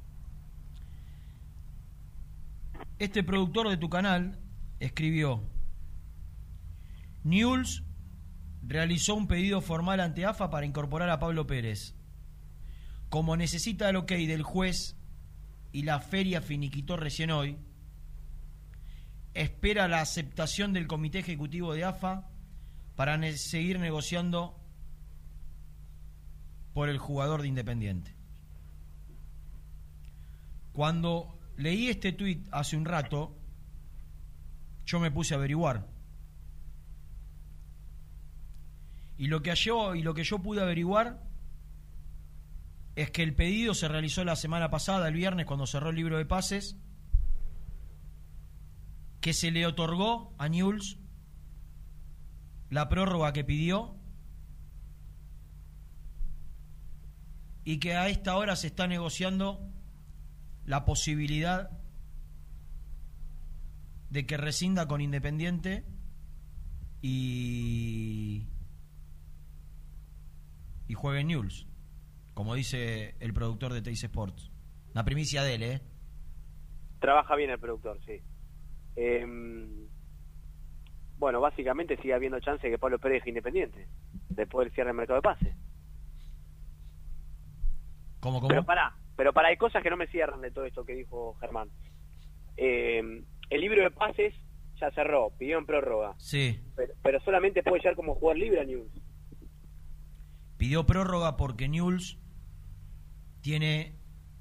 Este productor de tu canal escribió: Newell's realizó un pedido formal ante AFA para incorporar a Pablo Pérez. Como necesita el ok del juez y la feria finiquitó recién hoy, espera la aceptación del comité ejecutivo de AFA para seguir negociando por el jugador de Independiente. Cuando leí este tuit hace un rato, yo me puse a averiguar. Y lo que yo pude averiguar es que el pedido se realizó la semana pasada, el viernes, cuando cerró el libro de pases, que se le otorgó a Newell's la prórroga que pidió y que a esta hora se está negociando la posibilidad de que rescinda con Independiente y juegue en Newell's, como dice el productor de Teis Sports. Una primicia de él, Trabaja bien el productor, sí. Bueno, básicamente sigue habiendo chance de que Pablo Pérez deje Independiente después del cierre del mercado de pases. ¿Cómo? Pero para hay cosas que no me cierran de todo esto que dijo Germán. El libro de pases ya cerró, pidieron prórroga. Sí. Pero solamente puede llegar como jugador libre a Newell's. Pidió prórroga porque Newell's tiene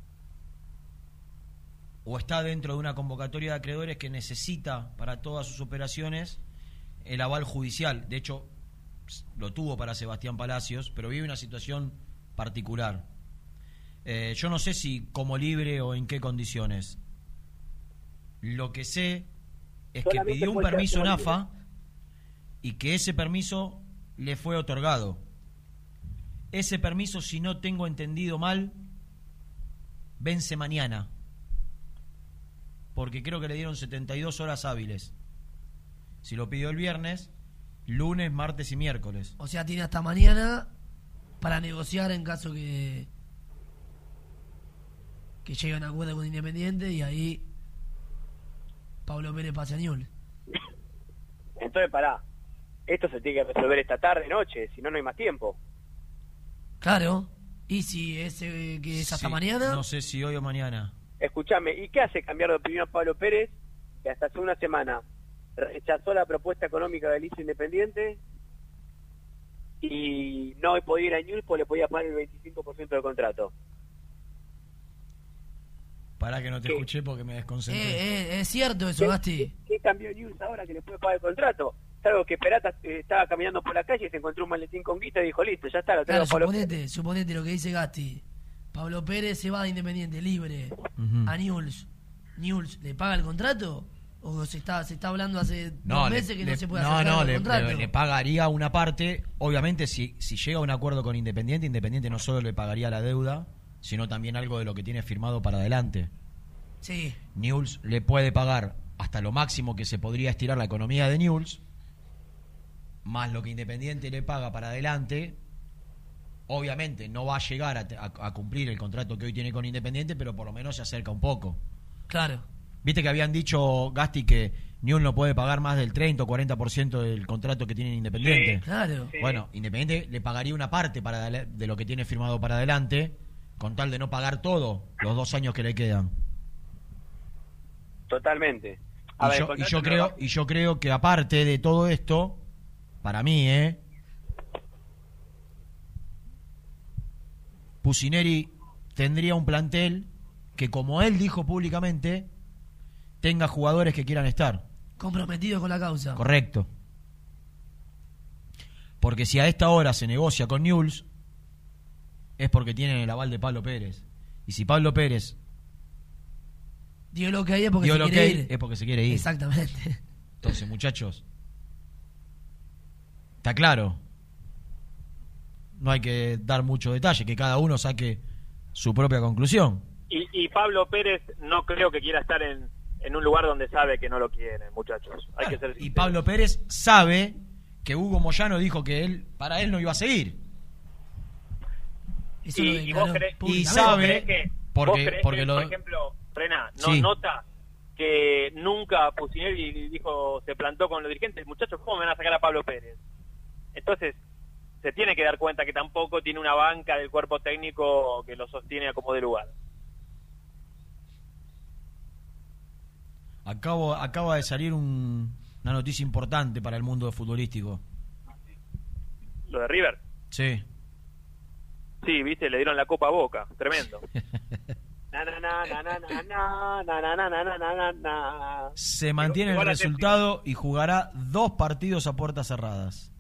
o está dentro de una convocatoria de acreedores que necesita para todas sus operaciones el aval judicial. De hecho, lo tuvo para Sebastián Palacios, pero vive una situación particular. Yo no sé si como libre o en qué condiciones. Lo que sé es que pidió un permiso en AFA y que ese permiso le fue otorgado. Ese permiso, si no tengo entendido mal, vence mañana, porque creo que le dieron 72 horas hábiles. Si lo pidió el viernes, lunes, martes y miércoles. O sea, tiene hasta mañana para negociar en caso que llegue a un acuerdo con Independiente y ahí Pablo Pérez pase a Newell's. Entonces, esto se tiene que resolver esta tarde, noche, si no, no hay más tiempo. Claro, y si que es hasta mañana. No sé si hoy o mañana. Escúchame, ¿y qué hace cambiar de opinión a Pablo Pérez, que hasta hace una semana rechazó la propuesta económica del ICE Independiente y no podía ir a Newell's porque le podía pagar el 25% del contrato? Pará que no te escuché porque me desconcentré. Es cierto eso, Gasti. ¿Qué cambió Newell's ahora que le puede pagar el contrato? Salvo que Perata estaba caminando por la calle y se encontró un maletín con guita y dijo, listo, ya está, lo tengo. Claro, suponete lo que dice Gasti. Pablo Pérez se va de Independiente libre a Newell's. ¿Newell's le paga el contrato? ¿O se está hablando hace 2 meses que no se puede hacer el contrato? Le pagaría una parte. Obviamente, si llega a un acuerdo con Independiente no solo le pagaría la deuda, sino también algo de lo que tiene firmado para adelante. Sí. Newell's le puede pagar hasta lo máximo que se podría estirar la economía de Newell's, más lo que Independiente le paga para adelante. Obviamente no va a llegar a cumplir el contrato que hoy tiene con Independiente, pero por lo menos se acerca un poco. Claro. Viste que habían dicho, Gasti, que Newell's no puede pagar más del 30 o 40% del contrato que tiene Independiente. Sí, claro. Bueno, Independiente le pagaría una parte de lo que tiene firmado para adelante, con tal de no pagar todo los 2 años que le quedan. Totalmente. Y yo creo que aparte de todo esto, para mí, Pusineri tendría un plantel que, como él dijo públicamente, tenga jugadores que quieran estar comprometidos con la causa. Correcto. Porque si a esta hora se negocia con Newell's, es porque tienen el aval de Pablo Pérez. Y si Pablo Pérez dio lo que hay es porque se quiere ir. Es porque se quiere ir. Exactamente. Entonces, muchachos, está claro. No hay que dar mucho detalle, que cada uno saque su propia conclusión. Y Pablo Pérez no creo que quiera estar en un lugar donde sabe que no lo quieren, muchachos. Hay que ser sinceros. Y Pablo Pérez sabe que Hugo Moyano dijo que para él no iba a seguir. Eso y vos crees, y sabe que, porque por ejemplo, Rená, nota que nunca Pusineri se plantó con los dirigentes. Muchachos, ¿cómo me van a sacar a Pablo Pérez? Entonces, se tiene que dar cuenta que tampoco tiene una banca del cuerpo técnico que lo sostiene a como de lugar. Acaba de salir una noticia importante para el mundo futbolístico. ¿Lo de River? Sí. Sí, viste, le dieron la copa a Boca, tremendo. Se mantiene el resultado y jugará 2 partidos a puertas cerradas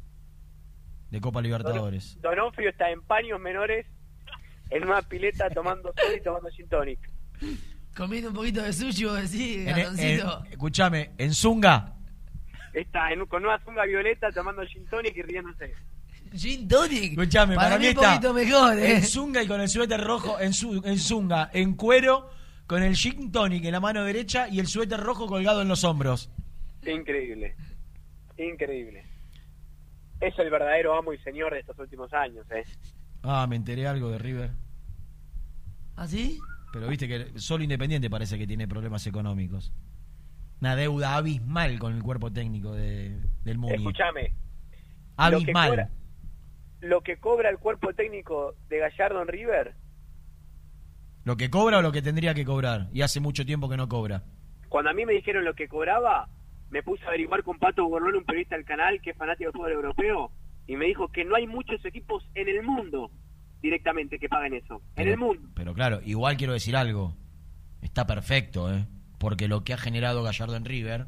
de Copa Libertadores. Donofrio está en paños menores en una pileta tomando sol y tomando gin tonic. Comiendo un poquito de sushi, vos decís, Gatoncito. Escuchame, en Zunga. Está con una zunga violeta tomando gin tonic y riéndose. Gin tonic. Escuchame, para mí un poquito mejor, en Zunga y con el suéter rojo, en Zunga, en cuero, con el gin tonic en la mano derecha y el suéter rojo colgado en los hombros. Increíble. Increíble. Es el verdadero amo y señor de estos últimos años, Me enteré algo de River. ¿Ah, sí? Pero viste que solo Independiente parece que tiene problemas económicos. Una deuda abismal con el cuerpo técnico del Muni. Escúchame. Abismal. Lo que cobra el cuerpo técnico de Gallardo en River. ¿Lo que cobra o lo que tendría que cobrar? Y hace mucho tiempo que no cobra. Cuando a mí me dijeron lo que cobraba, me puse a averiguar con Pato Borrón, un periodista del canal que es fanático del fútbol europeo, y me dijo que no hay muchos equipos en el mundo directamente que paguen eso. En el mundo. Pero claro, igual quiero decir algo. Está perfecto, porque lo que ha generado Gallardo en River,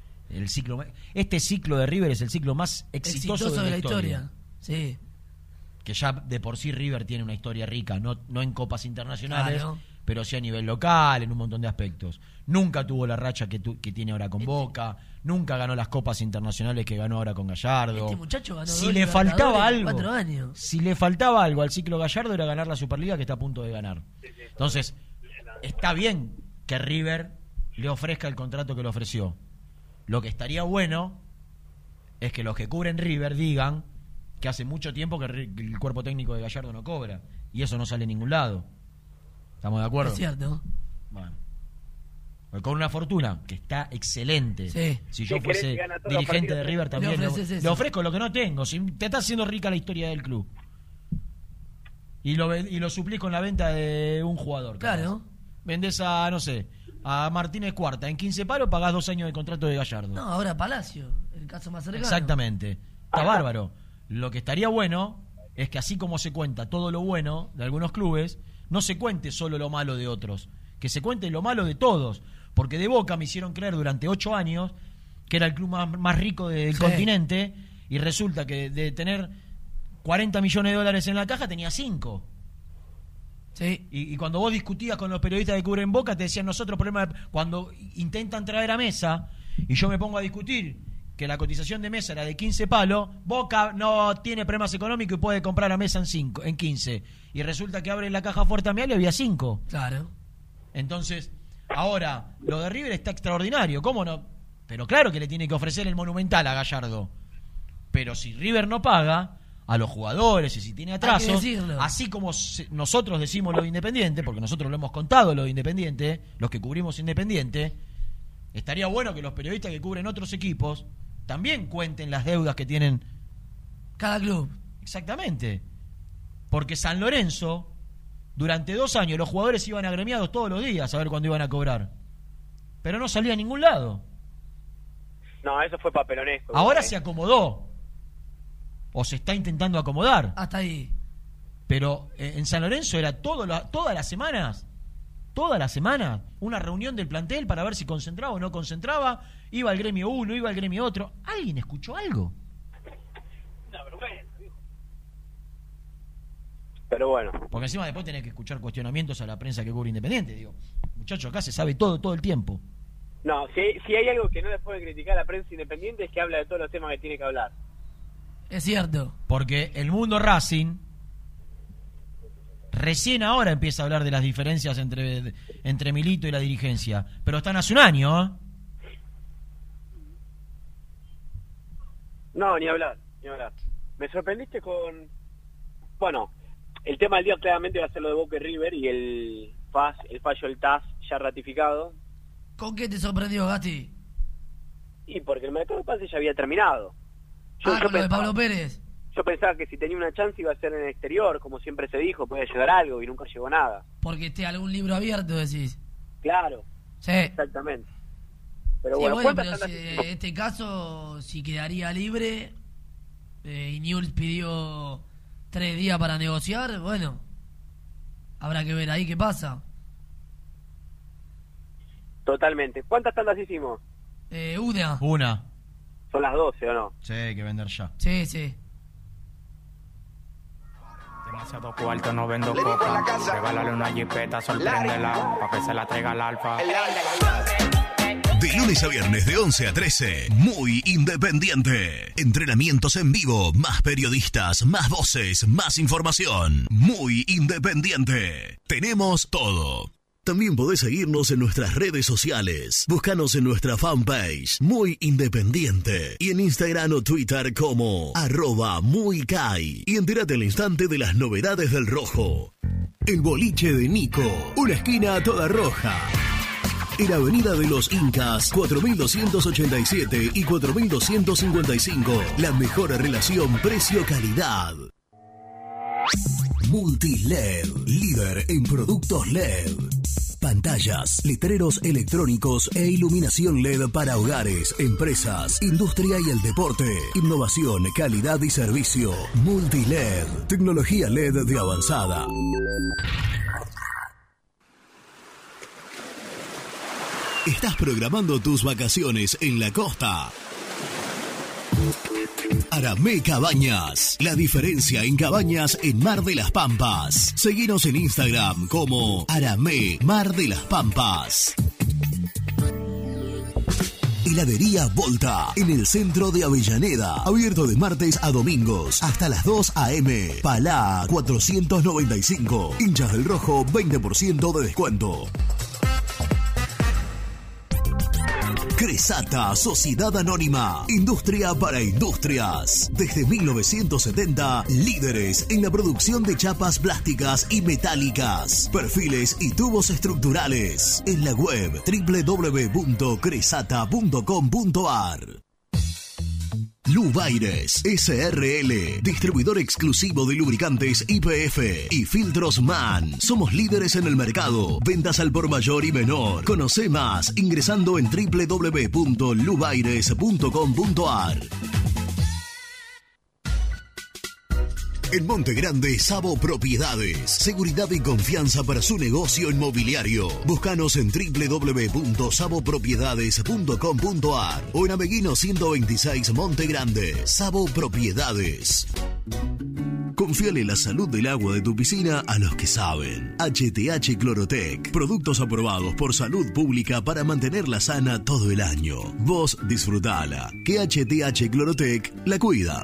este ciclo de River es el ciclo más exitoso de la historia. Sí. Que ya de por sí River tiene una historia rica, no en copas internacionales, claro, pero sí a nivel local, en un montón de aspectos. Nunca tuvo la racha que tiene ahora con Boca, nunca ganó las copas internacionales que ganó ahora con Gallardo. Este muchacho ganó si le faltaba algo, 4 años. Si le faltaba algo al ciclo Gallardo era ganar la Superliga que está a punto de ganar. Entonces, está bien que River le ofrezca el contrato que le ofreció. Lo que estaría bueno es que los que cubren River digan que hace mucho tiempo que el cuerpo técnico de Gallardo no cobra, y eso no sale en ningún lado. ¿Estamos de acuerdo? Es cierto. Bueno. Con una fortuna, que está excelente. Sí. Si yo fuese dirigente de River también le ofrezco lo que no tengo. Si te está haciendo rica la historia del club. Y lo suplís con la venta de un jugador. Claro. Vendés a, no sé, a Martínez Cuarta. En 15 palos pagás 2 años de contrato de Gallardo. No, ahora Palacio, el caso más cercano. Exactamente. Está bárbaro. Lo que estaría bueno es que así como se cuenta todo lo bueno de algunos clubes, no se cuente solo lo malo de otros, que se cuente lo malo de todos, porque de Boca me hicieron creer durante 8 años que era el club más rico del continente, y resulta que de tener 40 millones de dólares en la caja tenía 5. Sí. Y cuando vos discutías con los periodistas que cubren Boca, te decían nosotros cuando intentan traer a Mesa y yo me pongo a discutir que la cotización de Mesa era de 15 palos, Boca no tiene problemas económicos y puede comprar a Mesa en 15. Y resulta que abre la caja fuerte a Mial y había 5. Claro. Entonces, ahora, lo de River está extraordinario, ¿cómo no? Pero claro que le tiene que ofrecer el Monumental a Gallardo. Pero si River no paga a los jugadores y si tiene atrasos, así como nosotros decimos lo de Independiente, porque nosotros lo hemos contado lo de Independiente, los que cubrimos Independiente, estaría bueno que los periodistas que cubren otros equipos también cuenten las deudas que tienen cada club. Exactamente. Porque San Lorenzo, durante 2 años, los jugadores iban agremiados todos los días a ver cuándo iban a cobrar. Pero no salía a ningún lado. No, eso fue papelonesco. Ahora se acomodó. O se está intentando acomodar. Hasta ahí. Pero en San Lorenzo era todas las semanas, una reunión del plantel para ver si concentraba o no concentraba. Iba al gremio uno, iba al gremio otro. ¿Alguien escuchó algo? No, pero bueno. Porque encima después tenés que escuchar cuestionamientos a la prensa que cubre Independiente. Digo, muchachos, acá se sabe todo el tiempo. No, si hay algo que no le puede criticar a la prensa independiente es que habla de todos los temas que tiene que hablar. Es cierto. Porque el mundo Racing recién ahora empieza a hablar de las diferencias entre Milito y la dirigencia. Pero están hace un año, ¿eh? No, ni hablar. Me sorprendiste con... Bueno, el tema del día claramente va a ser lo de Boca y River y el fallo del TAS ya ratificado. ¿Con qué te sorprendió, Gatti? Y porque el mercado de pases ya había terminado. Con lo de Pablo Pérez. Yo pensaba que si tenía una chance iba a ser en el exterior, como siempre se dijo, podía llegar algo y nunca llegó nada. Porque esté algún libro abierto, decís. Claro. Sí. Exactamente. Pero sí, bueno, pero si, en este caso, si quedaría libre y Newell's pidió 3 días para negociar, bueno, habrá que ver ahí qué pasa. Totalmente. ¿Cuántas tandas hicimos? Una. Son las 12, ¿o no? Sí, hay que vender ya. Sí. Demasiado cuarto, no vendo coca. Regálale una jipeta, sorpréndela, pa' que se la traiga al alfa. De lunes a viernes de 11 a 13, Muy Independiente. Entrenamientos en vivo, más periodistas, más voces, más información. Muy Independiente. Tenemos todo. También podés seguirnos en nuestras redes sociales. Búscanos en nuestra fanpage, Muy Independiente. Y en Instagram o Twitter como @muycai. Y entérate al instante de las novedades del rojo. El boliche de Nico. Una esquina toda roja. En la Avenida de los Incas, 4287 y 4255. La mejor relación precio-calidad. Multiled, líder en productos LED. Pantallas, letreros electrónicos e iluminación LED para hogares, empresas, industria y el deporte. Innovación, calidad y servicio. Multiled, tecnología LED de avanzada. ¿Estás programando tus vacaciones en la costa? Aramé Cabañas, la diferencia en cabañas en Mar de las Pampas. Seguinos en Instagram como Aramé Mar de las Pampas. Heladería Volta, en el centro de Avellaneda, abierto de martes a domingos hasta las 2 a.m. Palá 495, hinchas del rojo 20% de descuento. Cresata, Sociedad Anónima, industria para industrias. Desde 1970, líderes en la producción de chapas plásticas y metálicas, perfiles y tubos estructurales. En la web www.cresata.com.ar. Lubaires SRL, distribuidor exclusivo de lubricantes YPF y filtros MAN. Somos líderes en el mercado. Ventas al por mayor y menor. Conoce más ingresando en www.lubaires.com.ar. En Monte Grande, Sabo Propiedades. Seguridad y confianza para su negocio inmobiliario. Búscanos en www.sabopropiedades.com.ar o en Ameguino 126 Monte Grande. Sabo Propiedades. Confíale la salud del agua de tu piscina a los que saben. HTH Clorotec. Productos aprobados por salud pública para mantenerla sana todo el año. Vos disfrutala. Que HTH Clorotec la cuida.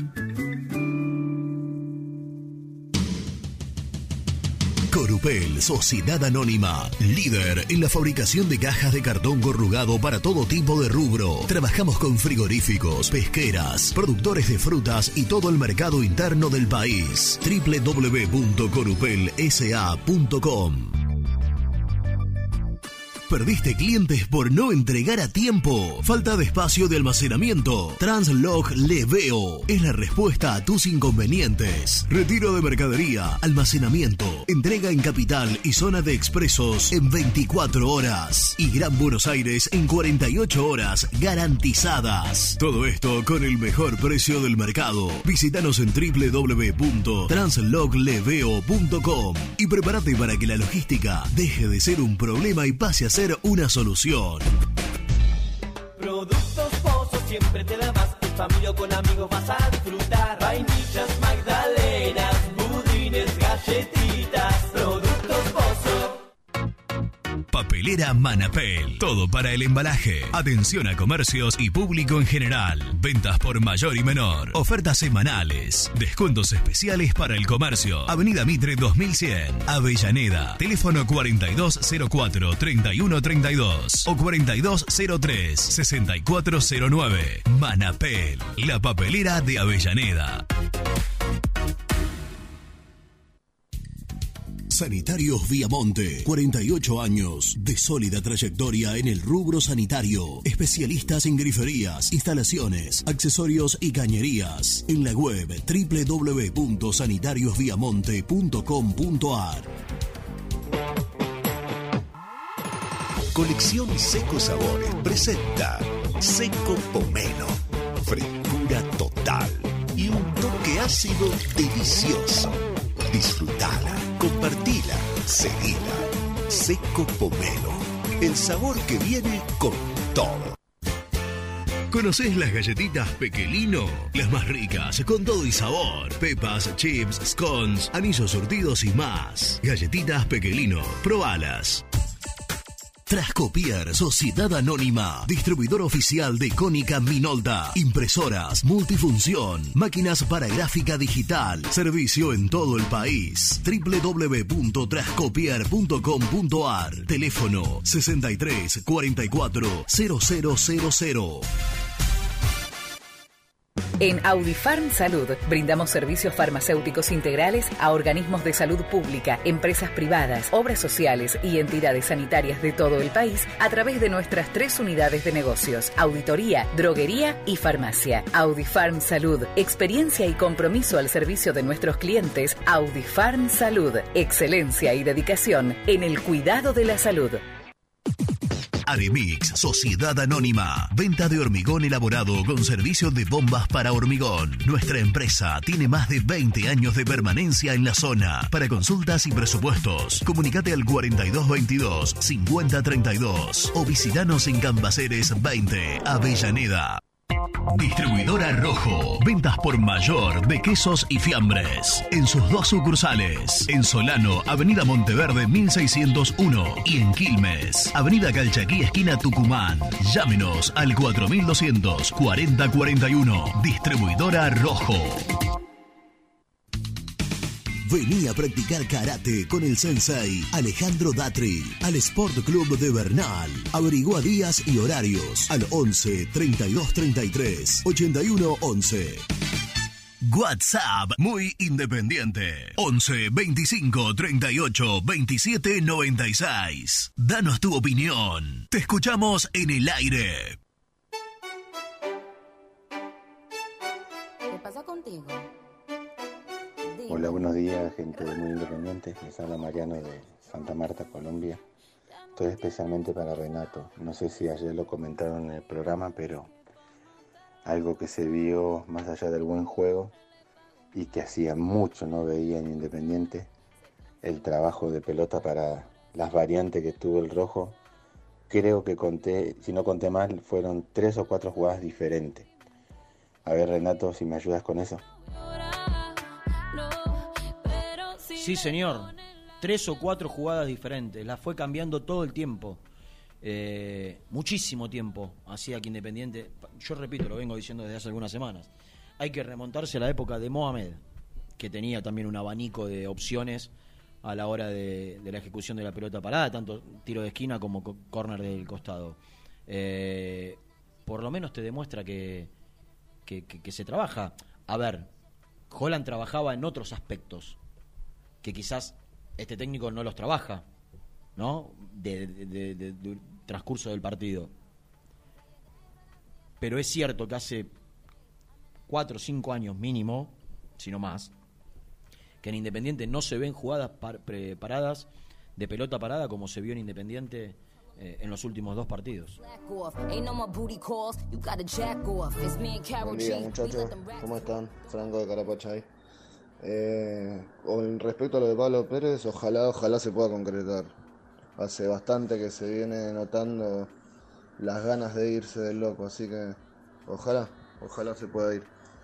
Corupel, Sociedad Anónima, líder en la fabricación de cajas de cartón corrugado para todo tipo de rubro. Trabajamos con frigoríficos, pesqueras, productores de frutas y todo el mercado interno del país. www.corupelsa.com. ¿Perdiste clientes por no entregar a tiempo? ¿Falta de espacio de almacenamiento? Translog Leveo es la respuesta a tus inconvenientes. Retiro de mercadería, almacenamiento, entrega en capital y zona de expresos en 24 horas. Y Gran Buenos Aires en 48 horas garantizadas. Todo esto con el mejor precio del mercado. Visítanos en www.translogleveo.com y prepárate para que la logística deje de ser un problema y pase a ser una solución. Productos Pozo, siempre te da más. Con familia o con amigos vas a disfrutar. Vainillas, magdalenas, budines, galletitas. Productos Pozo. Papelera Manapel. Todo para el embalaje. Atención a comercios y público en general. Ventas por mayor y menor. Ofertas semanales. Descuentos especiales para el comercio. Avenida Mitre 2100. Avellaneda. Teléfono 4204-3132 o 4203-6409. Manapel. La papelera de Avellaneda. Sanitarios Viamonte, 48 años de sólida trayectoria en el rubro sanitario. Especialistas en griferías, instalaciones, accesorios y cañerías. En la web www.sanitariosviamonte.com.ar. Colección Seco Sabores presenta Seco Pomelo. Frescura total y un toque ácido delicioso. Disfrutala, compartila, seguila. Seco Pomelo. El sabor que viene con todo. ¿Conocés las galletitas Pequelino? Las más ricas, con todo y sabor. Pepas, chips, scones, anillos surtidos y más. Galletitas Pequelino, probalas. Trascopier, Sociedad Anónima, distribuidor oficial de Cónica Minolta, impresoras, multifunción, máquinas para gráfica digital, servicio en todo el país. www.trascopier.com.ar, teléfono 63 44 0000. En Audifarm Salud brindamos servicios farmacéuticos integrales a organismos de salud pública, empresas privadas, obras sociales y entidades sanitarias de todo el país a través de nuestras 3 unidades de negocios: auditoría, droguería y farmacia. Audifarm Salud, experiencia y compromiso al servicio de nuestros clientes. Audifarm Salud, excelencia y dedicación en el cuidado de la salud. Aremix, Sociedad Anónima. Venta de hormigón elaborado con servicio de bombas para hormigón. Nuestra empresa tiene más de 20 años de permanencia en la zona. Para consultas y presupuestos, comunicate al 4222-5032 o visitanos en Cambaceres 20, Avellaneda. Distribuidora Rojo. Ventas por mayor de quesos y fiambres. En sus 2 sucursales. En Solano, Avenida Monteverde 1601. Y en Quilmes, Avenida Calchaquí, esquina Tucumán. Llámenos al 4200 4041. Distribuidora Rojo. Vení a practicar karate con el sensei Alejandro Datri al Sport Club de Bernal. Averigua días y horarios al 11 32 33 81 11. WhatsApp muy independiente 11 25 38 27 96. Danos tu opinión. Te escuchamos en el aire. ¿Qué pasa contigo? Hola, buenos días, gente de Muy Independiente. Les habla Mariano de Santa Marta, Colombia. Esto es especialmente para Renato. No sé si ayer lo comentaron en el programa, pero algo que se vio más allá del buen juego y que hacía mucho no veía en Independiente, el trabajo de pelota para las variantes que tuvo el Rojo. Creo que conté, si no conté mal, fueron 3 o 4 jugadas diferentes. A ver, Renato, si me ayudas con eso. Sí, señor. 3 o 4 jugadas diferentes. Las fue cambiando todo el tiempo. Muchísimo tiempo hacía que Independiente... Yo repito, lo vengo diciendo desde hace algunas semanas. Hay que remontarse a la época de Mohamed, que tenía también un abanico de opciones a la hora de la ejecución de la pelota parada, tanto tiro de esquina como córner del costado. Por lo menos te demuestra que se trabaja. A ver, Holland trabajaba en otros aspectos que quizás este técnico no los trabaja, ¿no? De transcurso del partido. Pero es cierto que hace 4 o 5 años mínimo, si no más, que en Independiente no se ven jugadas paradas de pelota parada como se vio en Independiente en los últimos 2 partidos. Buen día, muchachos, ¿cómo están? Franco de Carapachay. Con respecto a lo de Pablo Pérez, ojalá se pueda concretar. Hace bastante que se viene notando las ganas de irse del loco, así que ojalá se pueda ir.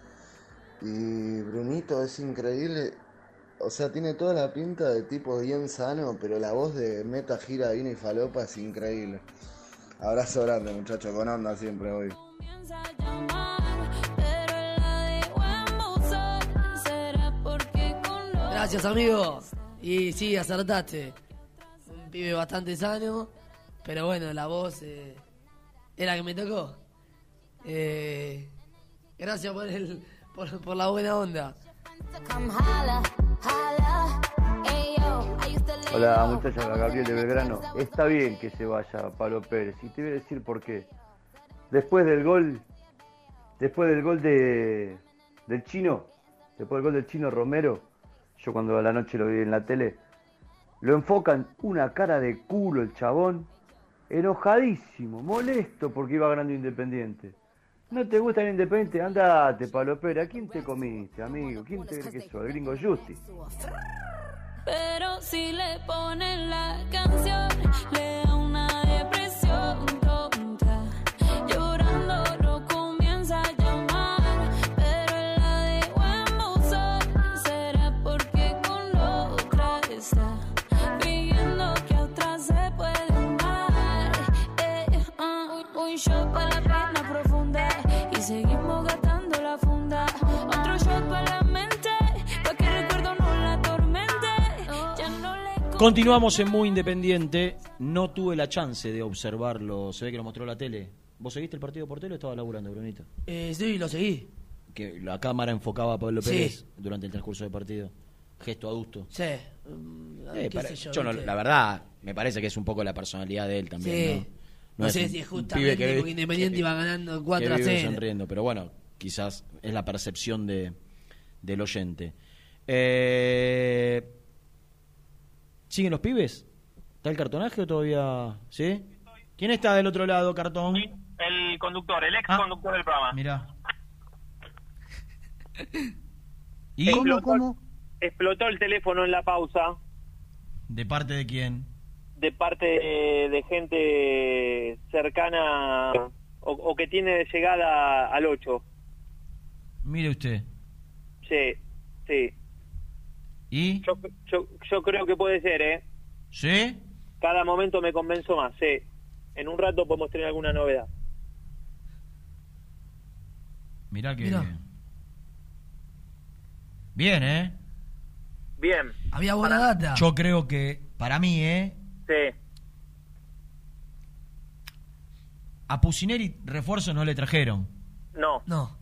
Y Brunito es increíble, o sea, tiene toda la pinta de tipo bien sano, pero la voz de Meta, Gira, Vino y Falopa es increíble. Abrazo grande, muchachos, con onda siempre hoy. Gracias, amigo. Y sí, acertaste. Un pibe bastante sano, pero bueno, la voz es la que me tocó. Gracias por la buena onda. Hola muchachos, Gabriel de Belgrano. Está bien que se vaya Pablo Pérez y te voy a decir por qué. Después del gol del chino, después del gol del chino Romero, yo cuando a la noche lo vi en la tele, lo enfocan una cara de culo el chabón, enojadísimo, molesto porque iba ganando Independiente. ¿No te gusta el Independiente? Andate, Pablo Pérez. ¿A quién te comiste, amigo? ¿Quién te cree que sos? El gringo Justi. Pero si le ponen la canción, le da una depresión tonta. Llorando lo comienza a llamar, pero él la dejó en buzón. Será porque con otra está creyendo que a otra se puede amar. Un shot para la pena profunda y seguimos gastando la funda. Otro shot para la mente, pa' que el recuerdo no la atormente. Continuamos en Muy Independiente. No tuve la chance de observarlo. Se ve que lo mostró la tele. ¿Vos seguiste el partido por tele o estabas laburando, Brunito? Sí, lo seguí. Que la cámara enfocaba a Pablo Pérez durante el transcurso del partido. Gesto adusto. Sí. La verdad, me parece que es un poco la personalidad de él también. Sí. No sé si es justamente porque Independiente iba ganando 4-0. Sonriendo, pero bueno, quizás es la percepción del oyente. ¿Siguen los pibes? ¿Está el cartonaje o todavía...? ¿Sí? ¿Quién está del otro lado, cartón? El conductor, el ex conductor del programa. Mirá. ¿Y? Explotó el teléfono en la pausa. ¿De parte de quién? De parte de gente cercana o que tiene llegada al 8. Mire usted. Sí. ¿Y? Yo creo que puede ser, ¿eh? ¿Sí? Cada momento me convenzo más, sí. En un rato podemos tener alguna novedad. Mirá que... Bien, ¿eh? Bien. Había buena data. Yo creo que, para mí, Sí. A Pusineri refuerzos no le trajeron. No.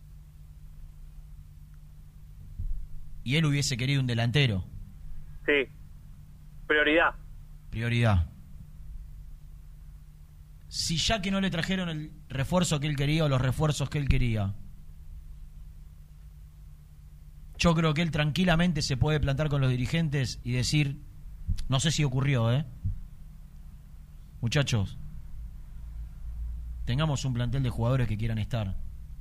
Y él hubiese querido un delantero. Sí. Prioridad. Si ya que no le trajeron el refuerzo que él quería o los refuerzos que él quería, yo creo que él tranquilamente se puede plantar con los dirigentes y decir, no sé si ocurrió, muchachos, tengamos un plantel de jugadores que quieran estar.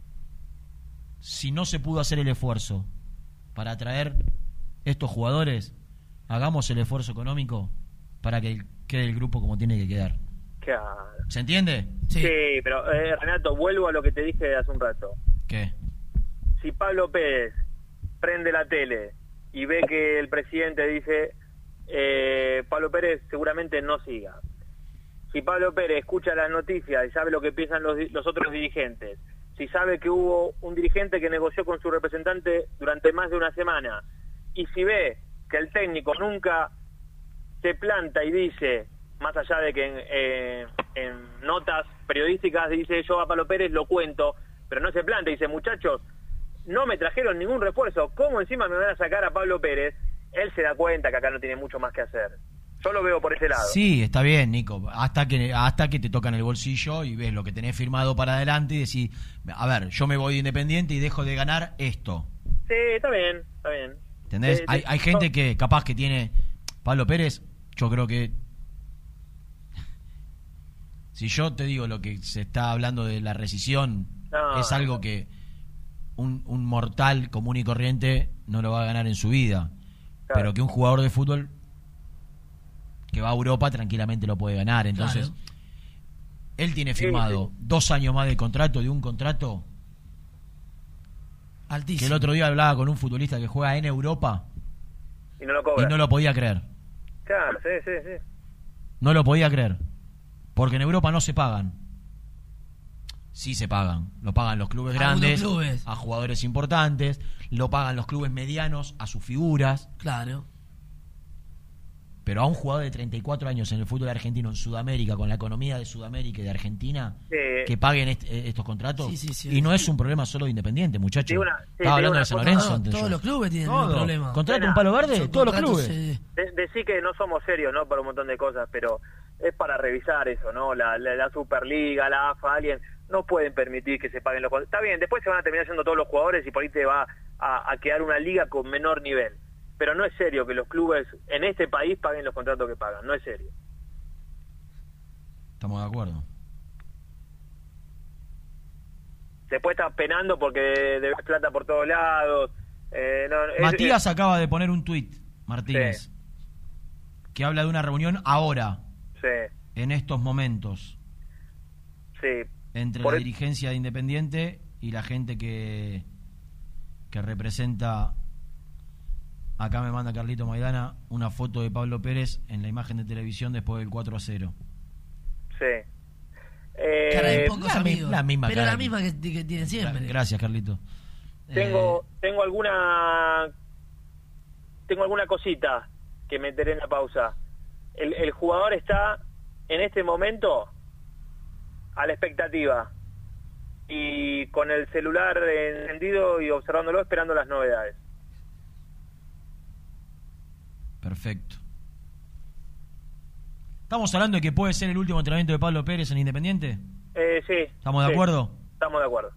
Si no se pudo hacer el esfuerzo para traer estos jugadores, hagamos el esfuerzo económico para que quede el grupo como tiene que quedar. Claro. ¿Se entiende? Sí, pero Renato, vuelvo a lo que te dije hace un rato. ¿Qué? Si Pablo Pérez prende la tele y ve que el presidente dice Pablo Pérez seguramente no siga. Si Pablo Pérez escucha las noticias y sabe lo que piensan los otros dirigentes, si sabe que hubo un dirigente que negoció con su representante durante más de una semana, y si ve que el técnico nunca se planta y dice, más allá de que en notas periodísticas dice yo a Pablo Pérez lo cuento, pero no se planta y dice, muchachos, no me trajeron ningún refuerzo, ¿cómo encima me van a sacar a Pablo Pérez? Él se da cuenta que acá no tiene mucho más que hacer. Yo lo veo por ese lado. Sí, está bien, Nico, hasta que te tocan el bolsillo y ves lo que tenés firmado para adelante y decís, a ver, yo me voy de Independiente y dejo de ganar esto. Sí, está bien. ¿Entendés? Hay gente que capaz que tiene... Pablo Pérez, yo creo que... Si yo te digo lo que se está hablando de la rescisión, es algo que un mortal común y corriente no lo va a ganar en su vida. Claro. Pero que un jugador de fútbol que va a Europa tranquilamente lo puede ganar. Entonces, él tiene firmado 2 años más de contrato, de un contrato altísimo. Que el otro día hablaba con un futbolista que juega en Europa y no lo cobra. Y no lo podía creer. Claro, sí. No lo podía creer. Porque en Europa no se pagan. Sí se pagan. Lo pagan los clubes grandes, a jugadores importantes. Lo pagan los clubes medianos, a sus figuras. Claro. Pero a un jugador de 34 años en el fútbol argentino, en Sudamérica, con la economía de Sudamérica y de Argentina, que paguen estos contratos, y no es un problema solo de Independiente, muchachos. Estaba hablando de San Lorenzo. Todos los clubes tienen un problema. ¿Contrata un palo verde? Todos los clubes. Decir que no somos serios, ¿no? Por un montón de cosas, pero es para revisar eso, ¿no? La Superliga, la AFA, alguien no pueden permitir que se paguen los contratos. Está bien, después se van a terminar haciendo todos los jugadores y por ahí te va a quedar una liga con menor nivel. Pero no es serio que los clubes en este país paguen los contratos que pagan, no es serio. Estamos de acuerdo. Después estás penando porque debes plata por todos lados. Matías acaba de poner un tuit, Martínez, que habla de una reunión ahora, en estos momentos, entre la dirigencia de Independiente y la gente que representa. Acá me manda Carlito Maidana una foto de Pablo Pérez en la imagen de televisión después del 4-0. Cara de pocos amigos. La misma pero cara la misma que tiene siempre. Gracias, Carlito. Tengo alguna cosita que meteré en la pausa. El jugador está en este momento a la expectativa y con el celular encendido y observándolo, esperando las novedades. Perfecto. ¿Estamos hablando de que puede ser el último entrenamiento de Pablo Pérez en Independiente? Sí. ¿Estamos de acuerdo? Estamos de acuerdo.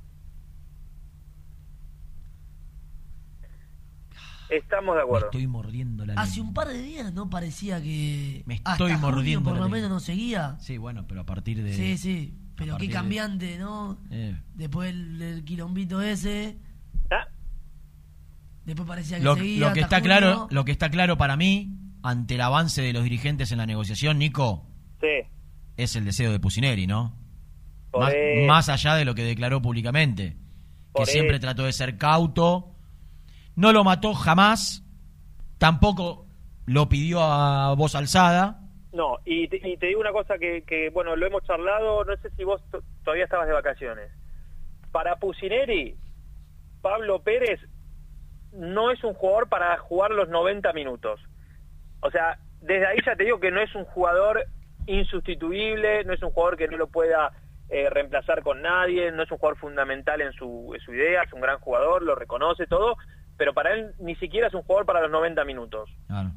Estamos de acuerdo. Me estoy mordiendo la lengua. Hace un par de días no parecía que... Me estoy mordiendo por lo menos no seguía. Sí, bueno, pero a partir de... Sí. Pero qué cambiante, ¿no? Después del quilombito ese... Después parecía que seguía. Lo que está claro para mí, ante el avance de los dirigentes en la negociación, Nico, es el deseo de Pusineri, ¿no? Más allá de lo que declaró públicamente, que siempre trató de ser cauto, no lo mató jamás, tampoco lo pidió a voz alzada. No, y te digo una cosa que bueno, lo hemos charlado, no sé si vos todavía estabas de vacaciones. Para Pusineri, Pablo Pérez no es un jugador para jugar los 90 minutos. O sea, desde ahí ya te digo que no es un jugador insustituible, no es un jugador que no lo pueda reemplazar con nadie, no es un jugador fundamental en su idea, es un gran jugador, lo reconoce todo, pero para él ni siquiera es un jugador para los 90 minutos. Claro.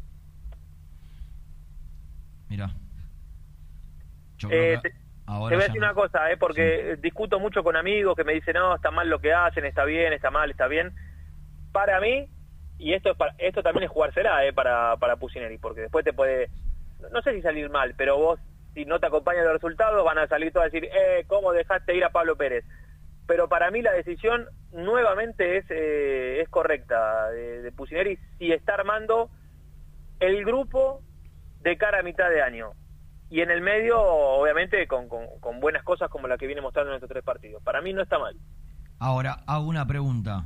Mira. Te voy a decir una cosa, porque discuto mucho con amigos que me dicen, no, está mal lo que hacen, está bien, está mal, está bien. Para mí, y esto también es jugársela para Pusineri, porque después te puede, no sé si salir mal, pero vos, si no te acompañan los resultados, van a salir todos a decir, ¿cómo dejaste ir a Pablo Pérez? Pero para mí la decisión nuevamente es correcta de Pusineri, si está armando el grupo de cara a mitad de año. Y en el medio, obviamente, con buenas cosas como la que viene mostrando en estos 3 partidos. Para mí no está mal. Ahora, hago una pregunta.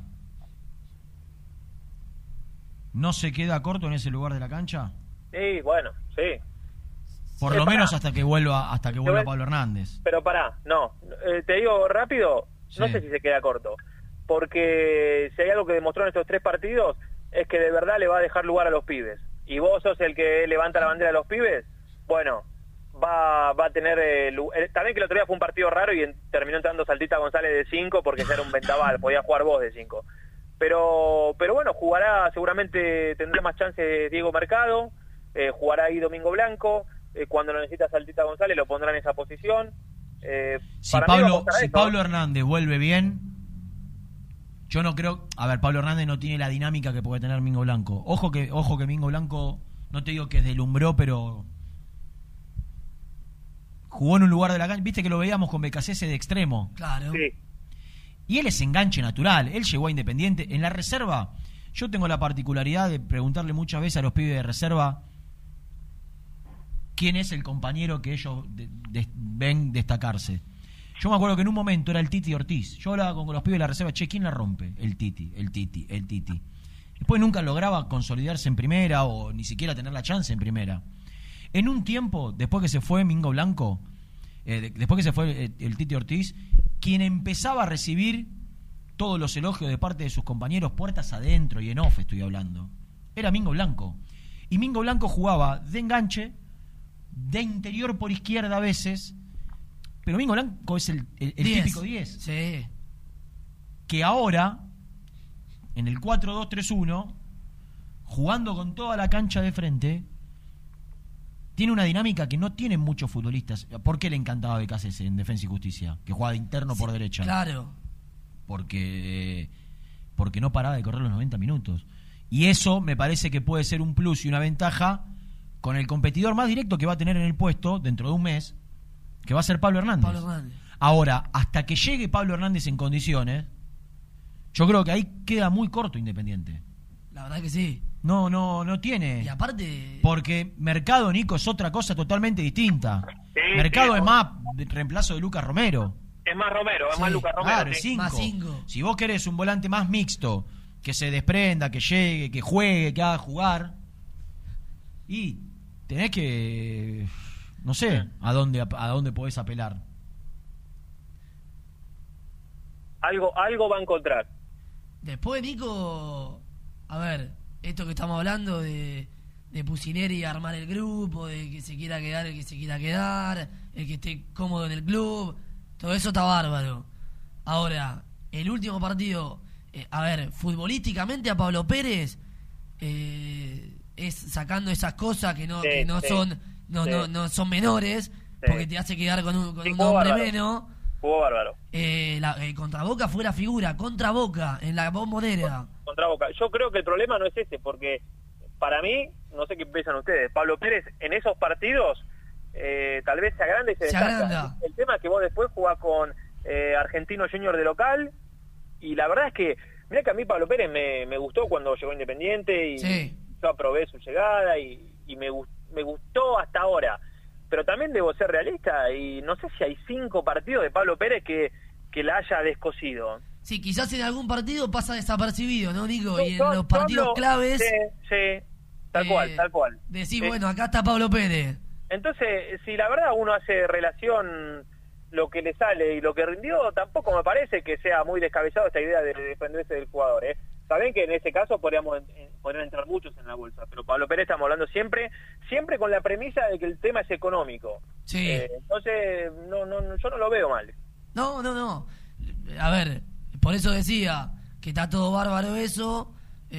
¿No se queda corto en ese lugar de la cancha? Sí, bueno, sí. Por lo menos hasta que vuelva Pablo Hernández. Pero pará, no. Te digo rápido, no sé si se queda corto. Porque si hay algo que demostró en estos 3 partidos, es que de verdad le va a dejar lugar a los pibes. Y vos sos el que levanta la bandera de los pibes, bueno, va a tener... también que el otro día fue un partido raro y terminó entrando Saltita González de 5 porque ya era un vendaval, podía jugar vos de 5. Pero bueno, jugará, seguramente tendrá más chance Diego Mercado, jugará ahí Domingo Blanco, cuando lo necesita Saltita González lo pondrá en esa posición. Si Pablo Hernández vuelve bien, yo no creo... A ver, Pablo Hernández no tiene la dinámica que puede tener Mingo Blanco. Ojo que Mingo Blanco, no te digo que deslumbró, pero jugó en un lugar de la cancha. Viste que lo veíamos con Becasese de extremo. Claro. Sí. Y él es enganche natural. Él llegó a Independiente. En la reserva, yo tengo la particularidad de preguntarle muchas veces a los pibes de reserva quién es el compañero que ellos ven destacarse. Yo me acuerdo que en un momento era el Titi Ortiz. Yo hablaba con los pibes de la reserva, ¿quién la rompe? El Titi. Después nunca lograba consolidarse en primera o ni siquiera tener la chance en primera. En un tiempo, después que se fue Mingo Blanco, después que se fue el Titi Ortiz, quien empezaba a recibir todos los elogios de parte de sus compañeros, puertas adentro y en off estoy hablando, era Mingo Blanco. Y Mingo Blanco jugaba de enganche, de interior por izquierda a veces, pero Mingo Blanco es el típico 10. Sí. Que ahora, en el 4-2-3-1, jugando con toda la cancha de frente, tiene una dinámica que no tienen muchos futbolistas. ¿Por qué le encantaba a Becasese en Defensa y Justicia? Que jugaba de interno por derecha. Claro. Porque no paraba de correr los 90 minutos. Y eso me parece que puede ser un plus y una ventaja con el competidor más directo que va a tener en el puesto dentro de un mes, que va a ser Pablo Hernández. Ahora, hasta que llegue Pablo Hernández en condiciones, yo creo que ahí queda muy corto Independiente. La verdad que sí. No tiene. Y aparte... Porque Mercado, Nico, es otra cosa totalmente distinta. Sí, Mercado es más reemplazo de Lucas Romero. Es más Romero, es más Lucas Romero. Claro, sí. Más 5. Si vos querés un volante más mixto, que se desprenda, que llegue, que juegue, que haga jugar, y tenés que... No sé a dónde podés apelar. Algo va a encontrar. Después, Nico, a ver, esto que estamos hablando de Pusineri armar el grupo, de que se quiera quedar el que se quiera quedar, el que esté cómodo en el club, todo eso está bárbaro. Ahora, el último partido, a ver, futbolísticamente a Pablo Pérez es sacando esas cosas que no son menores, porque te hace quedar con un hombre bárbaro. menos. Jugó bárbaro. Contra Boca fue la figura, contra Boca, en la Bombonera. Contra Boca. Yo creo que el problema no es ese, porque para mí, no sé qué piensan ustedes, Pablo Pérez en esos partidos tal vez se agranda y se destaca. El tema es que vos después jugás con Argentino Junior de local, y la verdad es que, mirá que a mí Pablo Pérez me gustó cuando llegó Independiente, y yo aprobé su llegada, y me gustó hasta ahora. Pero también debo ser realista, y no sé si hay 5 partidos de Pablo Pérez que la haya descosido. Sí, quizás en algún partido pasa desapercibido, ¿no, Nico? Y en los partidos claves... Sí, tal cual. Decís, bueno, acá está Pablo Pérez. Entonces, si la verdad uno hace relación lo que le sale y lo que rindió, tampoco me parece que sea muy descabellado esta idea de defenderse del jugador, ¿eh? Saben que en ese caso podrían entrar muchos en la bolsa, pero Pablo Pérez estamos hablando siempre con la premisa de que el tema es económico. Sí. Entonces, yo no lo veo mal. No. A ver, por eso decía que está todo bárbaro eso,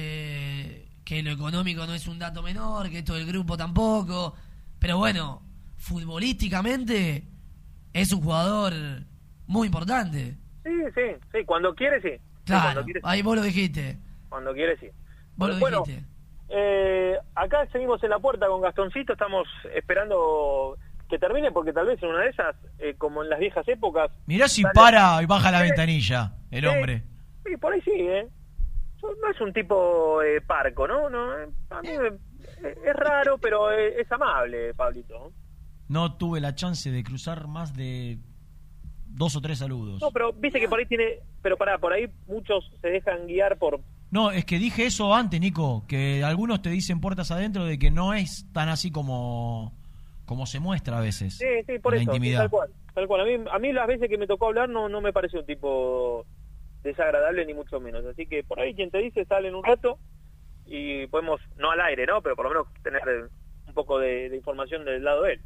que lo económico no es un dato menor, que esto del grupo tampoco, pero bueno, futbolísticamente es un jugador muy importante. Sí, cuando quiere sí. Claro, quiere, ahí vos lo dijiste. Cuando quiere sí. Vos lo dijiste. Acá seguimos en la puerta con Gastoncito, estamos esperando que termine, porque tal vez en una de esas, como en las viejas épocas... Mirá si para y baja la ventanilla el hombre. Sí, por ahí sí, no es un tipo parco, ¿no? A mí es raro, pero es amable, Pablito. No tuve la chance de cruzar más de 2 o 3 saludos. No, pero viste que por ahí tiene... Pero por ahí muchos se dejan guiar por... No, es que dije eso antes, Nico, que algunos te dicen puertas adentro de que no es tan así como se muestra a veces. Sí, por en eso, la intimidad. Tal cual. A mí las veces que me tocó hablar no me pareció un tipo desagradable, ni mucho menos. Así que por ahí quien te dice sale en un rato y podemos, no al aire, ¿no? Pero por lo menos tener un poco de información del lado de él.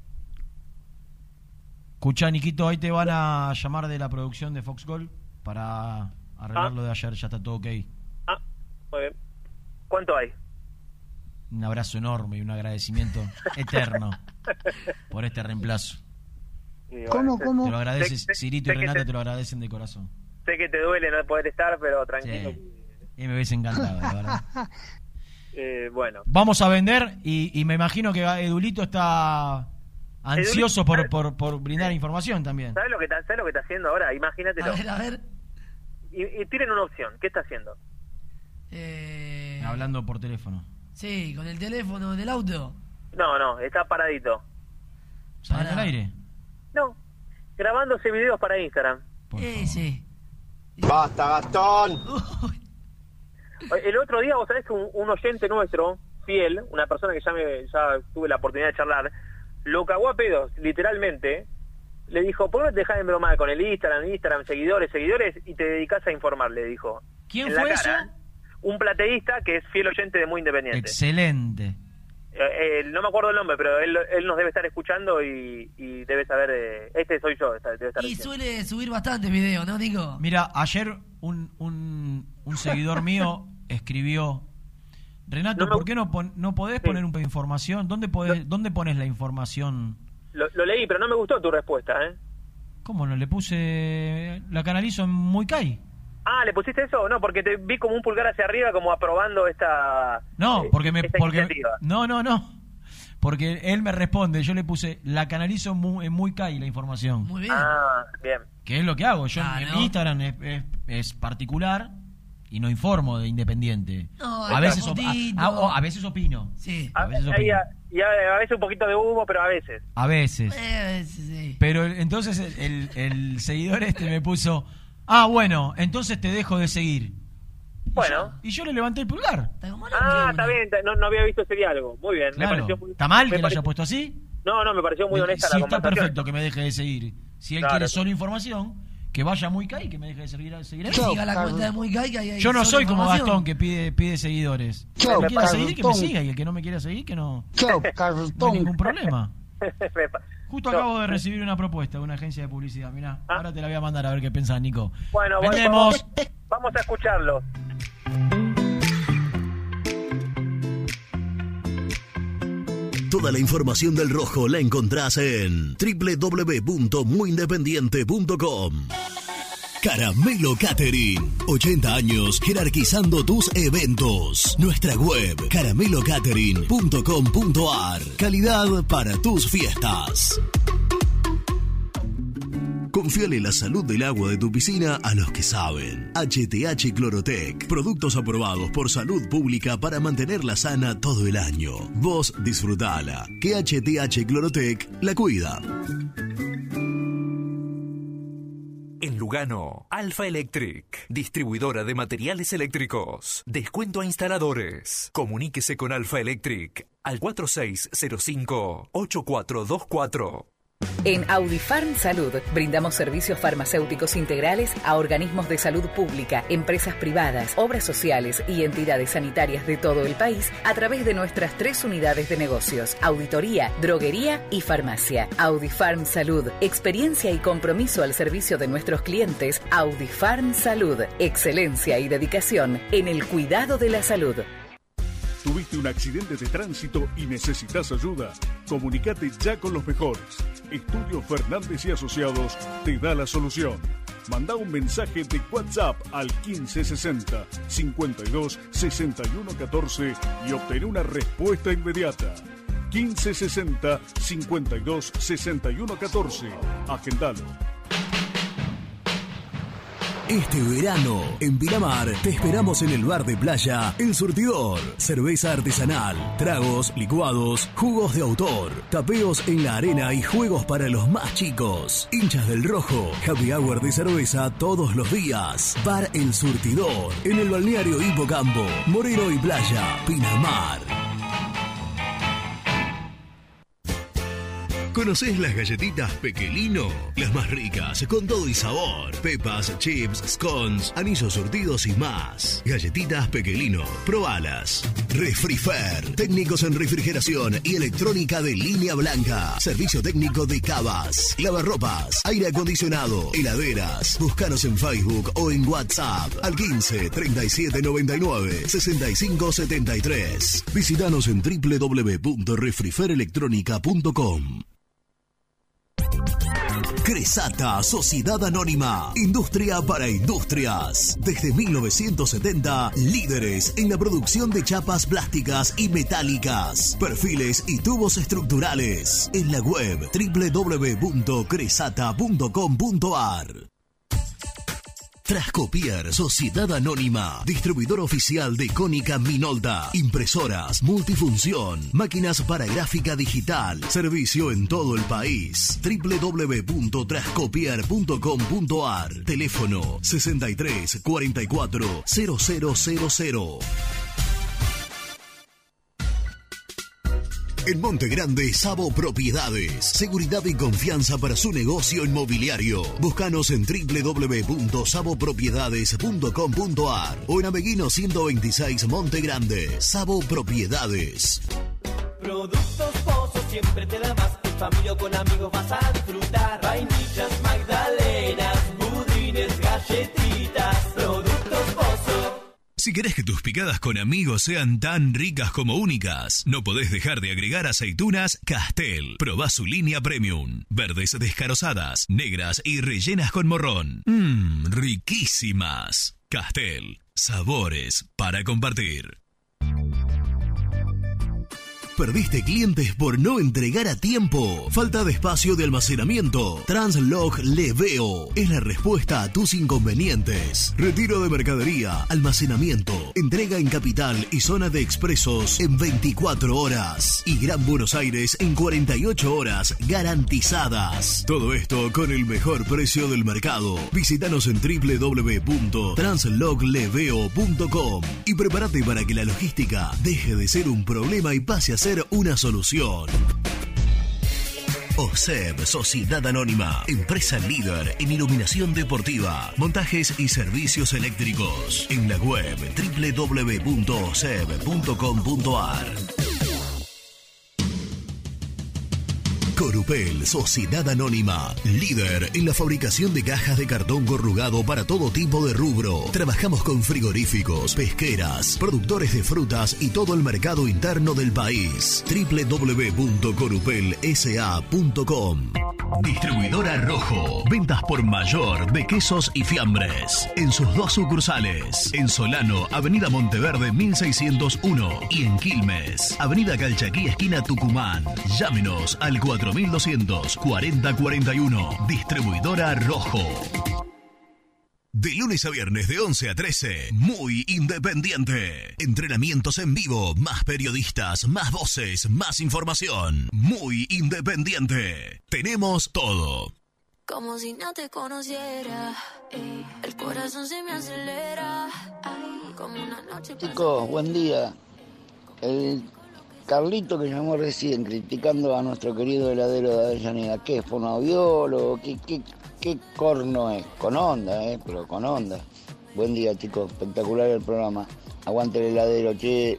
Escuchá, Niquito, ahí te van a llamar de la producción de Fox Gold para arreglar lo de ayer, ya está todo ok. Muy bien. ¿Cuánto hay? Un abrazo enorme y un agradecimiento eterno por este reemplazo. ¿Cómo? Te lo agradeces, Cirito y Renata te lo agradecen de corazón. Sé que te duele no poder estar, pero tranquilo. Sí. Y me ves encantado, de verdad. Bueno. Vamos a vender y me imagino que Edulito está ansioso por brindar información también. ¿Sabes lo que está haciendo ahora? Imagínatelo. A ver. Y tiren una opción. ¿Qué está haciendo? Hablando por teléfono. Sí, con el teléfono del auto. No, está paradito. ¿Sale al aire? No, grabándose videos para Instagram. Sí. ¡Basta, Gastón! El otro día, vos sabés que un oyente nuestro, fiel, una persona que ya tuve la oportunidad de charlar, lo cagó a pedos, literalmente. Le dijo, ¿por qué no te dejas de bromar con el Instagram, seguidores, y te dedicas a informar? Le dijo. ¿Quién fue eso? Un plateísta que es fiel oyente de Muy Independiente. Excelente. No me acuerdo el nombre, pero él nos debe estar escuchando y debe saber. Este soy yo, debe estar y diciendo. suele subir bastantes videos, ¿no, Nico? Mira, ayer un seguidor mío escribió: Renato, ¿por qué no podés poner un poco de información? ¿Dónde pones la información? Lo leí, pero no me gustó tu respuesta, ¿eh? ¿Cómo no? Le puse... La canalizo en Muicay. Ah, ¿le pusiste eso? No, porque te vi como un pulgar hacia arriba, como aprobando esta... No, porque iniciativa. No. Porque él me responde, yo le puse, la canalizo en Muicay la información. Muy bien. Ah, bien. Que es lo que hago. Yo en mi Instagram es particular y no informo de Independiente. No, a veces opino. Sí. A veces un poquito de humo, pero a veces. A veces. Sí. Pero entonces el seguidor me puso, bueno, entonces te dejo de seguir. Bueno. Y yo le levanté el pulgar. Está bien, no había visto ese diálogo. Muy bien. Claro. Me pareció muy, ¿Está mal que lo haya puesto así? No, me pareció muy honesta la conversación. Está perfecto que me deje de seguir. Si él quiere solo información, que vaya a Muicay y que me deje de seguir a que siga la cuenta de Muicay, que hay yo no soy como Gastón que pide seguidores. El que quiera seguir, que me siga, y el que no me quiera seguir, que no. No hay ningún problema. Justo acabo de recibir una propuesta de una agencia de publicidad. Mirá, ahora te la voy a mandar a ver qué pensás, Nico. Bueno, vamos a escucharlo. Toda la información del Rojo la encontrás en www.muyindependiente.com. Caramelo Catering, 80 años jerarquizando tus eventos. Nuestra web, caramelocatering.com.ar. Calidad para tus fiestas. Confíale la salud del agua de tu piscina a los que saben. HTH Clorotec. Productos aprobados por salud pública para mantenerla sana todo el año. Vos disfrutala, que HTH Clorotec la cuida. En Lugano, Alfa Electric, distribuidora de materiales eléctricos. Descuento a instaladores. Comuníquese con Alfa Electric al 4605-8424. En Audifarm Salud brindamos servicios farmacéuticos integrales a organismos de salud pública, empresas privadas, obras sociales y entidades sanitarias de todo el país a través de nuestras 3 unidades de negocios: auditoría, droguería y farmacia. Audifarm Salud, experiencia y compromiso al servicio de nuestros clientes. Audifarm Salud, excelencia y dedicación en el cuidado de la salud. ¿Tuviste un accidente de tránsito y necesitas ayuda? Comunicate ya con los mejores. Estudio Fernández y Asociados te da la solución. Manda un mensaje de WhatsApp al 1560 52 61 14 y obtén una respuesta inmediata. 1560 52 61 14. Agendalo. Este verano, en Pinamar, te esperamos en el bar de playa El Surtidor. Cerveza artesanal, tragos, licuados, jugos de autor, tapeos en la arena y juegos para los más chicos. Hinchas del Rojo, happy hour de cerveza todos los días. Bar El Surtidor, en el balneario Hipocampo, Moreno y Playa, Pinamar. ¿Conocés las galletitas Pequelino? Las más ricas, con todo y sabor. Pepas, chips, scones, anillos surtidos y más. Galletitas Pequelino, probalas. Refrifer, técnicos en refrigeración y electrónica de línea blanca. Servicio técnico de cavas, lavarropas, aire acondicionado, heladeras. Búscanos en Facebook o en WhatsApp al 15 37 99 65 73. Visítanos en www.refriferelectronica.com. Cresata, Sociedad Anónima, industria para industrias. Desde 1970, líderes en la producción de chapas plásticas y metálicas, perfiles y tubos estructurales. En la web www.cresata.com.ar. Trascopier, Sociedad Anónima, distribuidor oficial de Cónica Minolta, impresoras, multifunción, máquinas para gráfica digital, servicio en todo el país. www.trascopier.com.ar, teléfono 63 44 0000. En Monte Grande, Sabo Propiedades. Seguridad y confianza para su negocio inmobiliario. Búscanos en www.sabopropiedades.com.ar o en Ameguino 126 Monte Grande. Sabo Propiedades. siempre te da más. En familia o con amigos vas a disfrutar. Vainillas, magdalenas, budines, galletitas, productos Pozo. Si querés que tus picadas con amigos sean tan ricas como únicas, no podés dejar de agregar aceitunas Castel. Probá su línea premium. Verdes descarozadas, negras y rellenas con morrón. Riquísimas. Castel. Sabores para compartir. ¿Perdiste clientes por no entregar a tiempo? ¿Falta de espacio de almacenamiento? Translog Leveo es la respuesta a tus inconvenientes. Retiro de mercadería, almacenamiento, entrega en Capital y zona de expresos en 24 horas. Y Gran Buenos Aires en 48 horas garantizadas. Todo esto con el mejor precio del mercado. Visítanos en www.translogleveo.com y prepárate para que la logística deje de ser un problema y pase a ser una solución. OSEB, Sociedad Anónima, empresa líder en iluminación deportiva, montajes y servicios eléctricos. En la web www.oseb.com.ar. Corupel, Sociedad Anónima, líder en la fabricación de cajas de cartón corrugado para todo tipo de rubro. Trabajamos con frigoríficos, pesqueras, productores de frutas y todo el mercado interno del país. www.corupelsa.com. Distribuidora Rojo, ventas por mayor de quesos y fiambres. En sus 2 sucursales, en Solano, Avenida Monteverde 1601 y en Quilmes, Avenida Calchaquí, esquina Tucumán. Llámenos al 4200 4041. Distribuidora Rojo. De lunes a viernes de 11 a 13, Muy Independiente. Entrenamientos en vivo, más periodistas, más voces, más información. Muy Independiente. Tenemos todo. Como si no te conociera, el corazón se me acelera, como una noche. Chicos, buen día. El Carlito que llamó recién criticando a nuestro querido heladero de Avellaneda, ¿qué es? ¿Fonoaudiólogo? ¿Qué corno es? Con onda, pero con onda. Buen día, chicos, espectacular el programa. Aguante el heladero, che.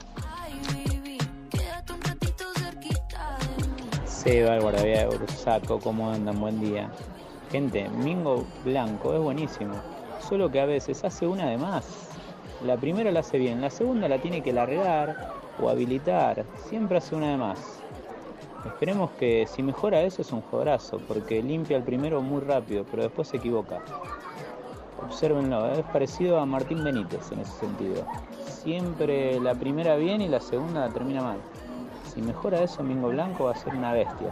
Seba, el guardia de Bursaco, ¿cómo andan? Buen día. Gente, Mingo Blanco es buenísimo, solo que a veces hace una de más. La primera la hace bien, la segunda la tiene que largar o habilitar, siempre hace una de más. Esperemos que si mejora eso es un jugadorazo, porque limpia el primero muy rápido, pero después se equivoca. Obsérvenlo, es parecido a Martín Benítez en ese sentido. Siempre la primera bien y la segunda la termina mal. Si mejora eso, Mingo Blanco va a ser una bestia.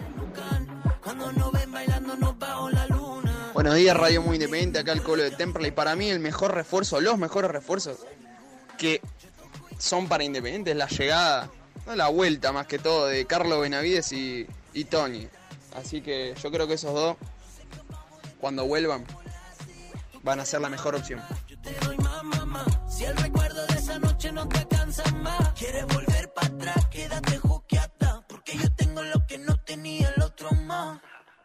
Buenos días, Radio Muy Independiente, acá el Colo de Temperley. Para mí el mejor refuerzo, los mejores refuerzos que son para Independiente es la llegada, no la vuelta más que todo, de Carlos Benavides y Tony. Así que yo creo que esos dos, cuando vuelvan, van a ser la mejor opción. Si el recuerdo de esa noche no te cansa más, quieres volver para atrás, quédate juqueata, porque yo tengo lo que no tenía el otro más.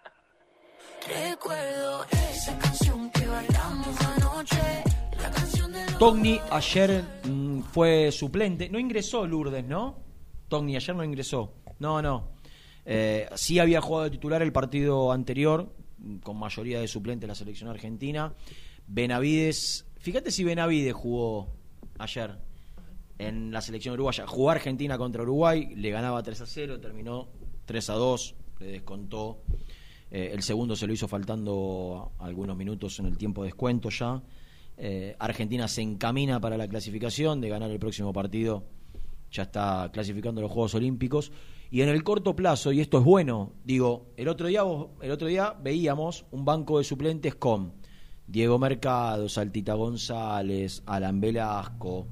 Recuerdo esa canción que bailamos anoche, la canción de los... Togni ayer fue suplente, no ingresó Lourdes, ¿no? Togni ayer no ingresó, no. Sí había jugado de titular el partido anterior, con mayoría de suplentes la selección argentina. Benavides, fíjate si Benavides jugó ayer en la selección uruguaya. Jugó Argentina contra Uruguay, le ganaba 3-0, terminó 3-2, le descontó. El segundo se lo hizo faltando algunos minutos en el tiempo de descuento ya. Argentina se encamina para la clasificación, de ganar el próximo partido ya está clasificando los Juegos Olímpicos. Y en el corto plazo, y esto es bueno, digo, el otro día veíamos un banco de suplentes con Diego Mercado, Saltita González, Alan Velasco.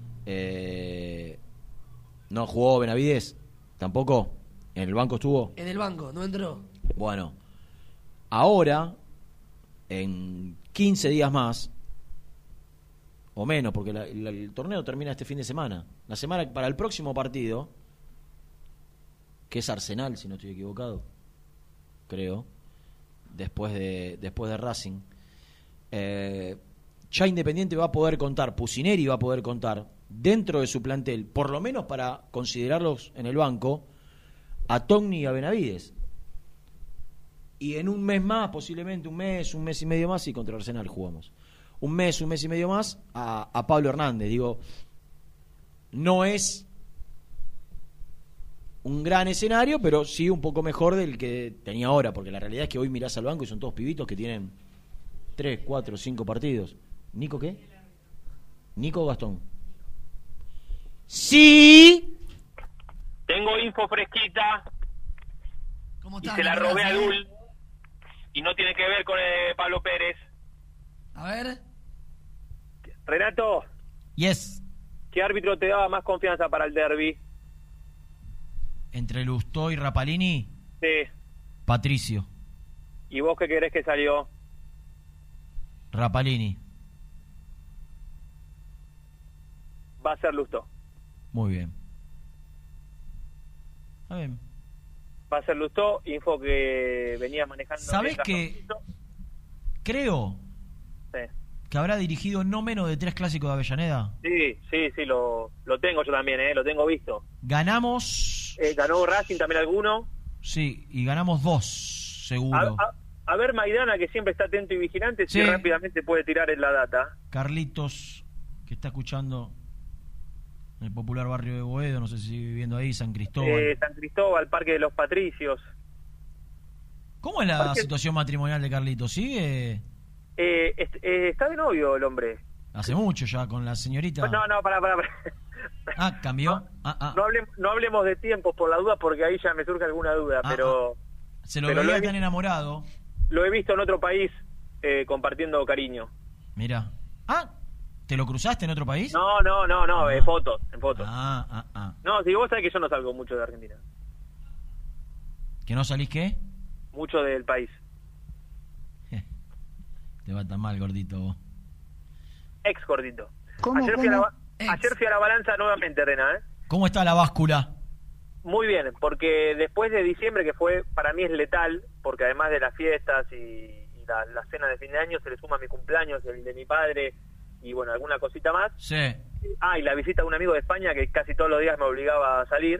¿No jugó Benavides? ¿Tampoco? ¿En el banco estuvo? En el banco, no entró. Bueno, ahora, en 15 días más, o menos, porque el torneo termina este fin de semana. La semana para el próximo partido, que es Arsenal, si no estoy equivocado, creo, después de Racing. Ya Independiente va a poder contar, Pusineri va a poder contar dentro de su plantel, por lo menos para considerarlos en el banco, a Togni y a Benavides. Y en un mes más, posiblemente un mes y medio más, y contra Arsenal jugamos. Un mes y medio más a Pablo Hernández. Digo, no es un gran escenario, pero sí un poco mejor del que tenía ahora, porque la realidad es que hoy mirás al banco y son todos pibitos que tienen 3, 4, 5 partidos. ¿Nico qué? ¿Nico o Gastón? Sí. Tengo info fresquita. ¿Cómo y está, se la robé a Dul. Y no tiene que ver con Pablo Pérez. A ver. Renato. Yes. ¿Qué árbitro te daba más confianza para el derbi? Entre Lustó y Rapalini. Sí. Patricio. ¿Y vos qué querés que salió? Rapalini. Va a ser Lustó. Muy bien. Está bien. Va a ser Lustó, info que venía manejando. ¿Sabés que creo que habrá dirigido no menos de 3 clásicos de Avellaneda? Sí, lo tengo yo también, lo tengo visto. Ganamos... ¿Ganó Racing también alguno? Sí, y ganamos 2, seguro. A ver, Maidana, que siempre está atento y vigilante, Sí. si rápidamente puede tirar en la data. Carlitos, que está escuchando en el popular barrio de Boedo, no sé si sigue viviendo ahí, San Cristóbal. San Cristóbal, Parque de los Patricios. ¿Cómo es la situación matrimonial de Carlitos? ¿Sigue? Está de novio el hombre. Hace mucho ya con la señorita. No, para. Ah, cambió. No hablemos de tiempos por la duda, porque ahí ya me surge alguna duda, pero... Se lo veía tan enamorado. Lo he visto en otro país compartiendo cariño. Mira. ¿Te lo cruzaste en otro país? No, en fotos. No, si vos sabés que yo no salgo mucho de Argentina. ¿Que no salís qué? Mucho del país. Te va tan mal, gordito, vos. Ex gordito. Ayer fui a la balanza nuevamente, Rena, ¿Cómo está la báscula? Muy bien, porque después de diciembre, que fue, para mí es letal, porque además de las fiestas y la cena de fin de año, se le suma mi cumpleaños, el de mi padre, y bueno, alguna cosita más. Sí. Y la visita de un amigo de España, que casi todos los días me obligaba a salir.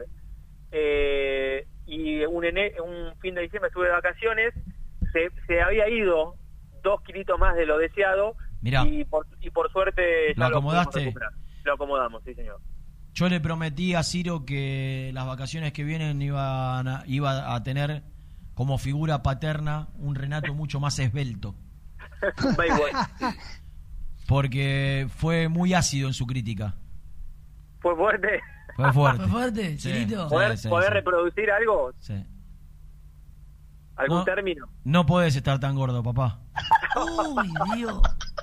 Y un fin de diciembre estuve de vacaciones, se había ido 2 kilitos más de lo deseado. Mirá. Y por suerte ya ¿Lo acomodaste? Lo acomodamos, sí señor. Yo le prometí a Ciro que las vacaciones que vienen iba a tener como figura paterna un Renato mucho más esbelto. Porque fue muy ácido en su crítica. ¿Fue fuerte? Fue fuerte. ¿Fue fuerte, Chilito? ¿Poder reproducir algo? Sí. ¿Algún término? No podés estar tan gordo, papá. Uy, Dios.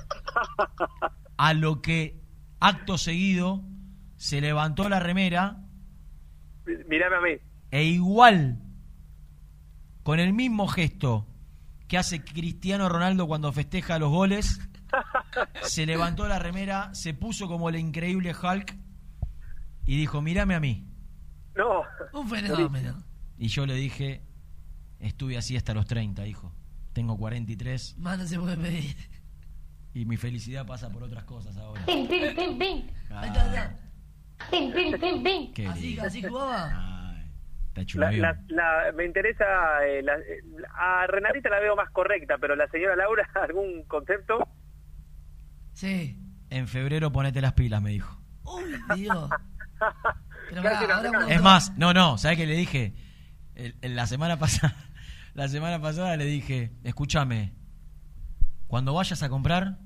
A lo que, acto seguido, se levantó la remera. Mírame a mí. E igual, con el mismo gesto que hace Cristiano Ronaldo cuando festeja los goles, se levantó la remera, se puso como el increíble Hulk y dijo, mírame a mí. No. Un fenómeno. Y yo le dije, estuve así hasta los 30, hijo. Tengo 43. Más no se puede pedir. Y mi felicidad pasa por otras cosas ahora. Ping, ping, ping, ping. Ahí está. Ping, ping, ping, ping. Qué Así jugaba. Está chulo. Me interesa, a Renatita la veo más correcta, pero la señora Laura, ¿algún concepto? Sí. En febrero ponete las pilas, me dijo. Uy, Dios. Pero es más, ¿sabés qué le dije? La semana pasada le dije, escúchame, cuando vayas a comprar,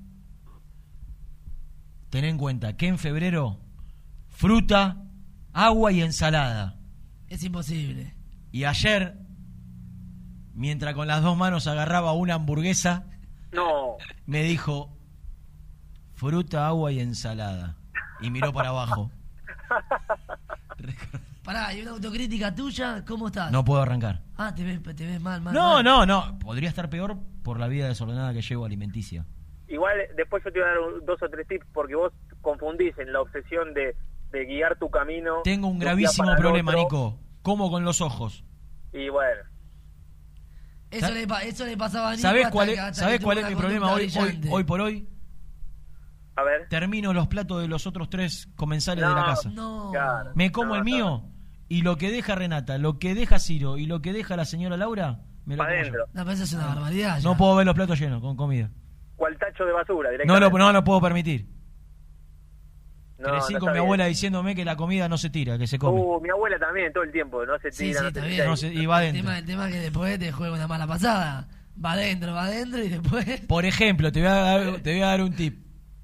ten en cuenta que en febrero, fruta, agua y ensalada. Es imposible. Y ayer, mientras con las 2 manos agarraba una hamburguesa, me dijo, fruta, agua y ensalada. Y miró para abajo. Pará, ¿y una autocrítica tuya? ¿Cómo estás? No puedo arrancar. Te ves mal. No. Podría estar peor por la vida desordenada que llevo alimenticia. Igual, después yo te voy a dar 2 o 3 tips, porque vos confundís en la obsesión de guiar tu camino. Tengo un gravísimo problema, Nico. Como con los ojos. Y bueno. Eso le pasaba a Nico. ¿Sabés cuál es mi problema hoy por hoy? A ver. Termino los platos de los otros 3 comensales de la casa. No. Me como el mío y lo que deja Renata, lo que deja Ciro y lo que deja la señora Laura, me lo como yo. No, pero eso es una barbaridad. No puedo ver los platos llenos con comida. Cual tacho de basura, No directamente. lo puedo permitir. No, Crecí no con está mi bien. abuela diciéndome que la comida no se tira, que se come. Mi abuela también, todo el tiempo, no se Sí, tira, sí, no está se bien. tira. No sé, y va adentro. El tema es que después te juega una mala pasada. Va adentro y después... Por ejemplo, te voy a dar un tip.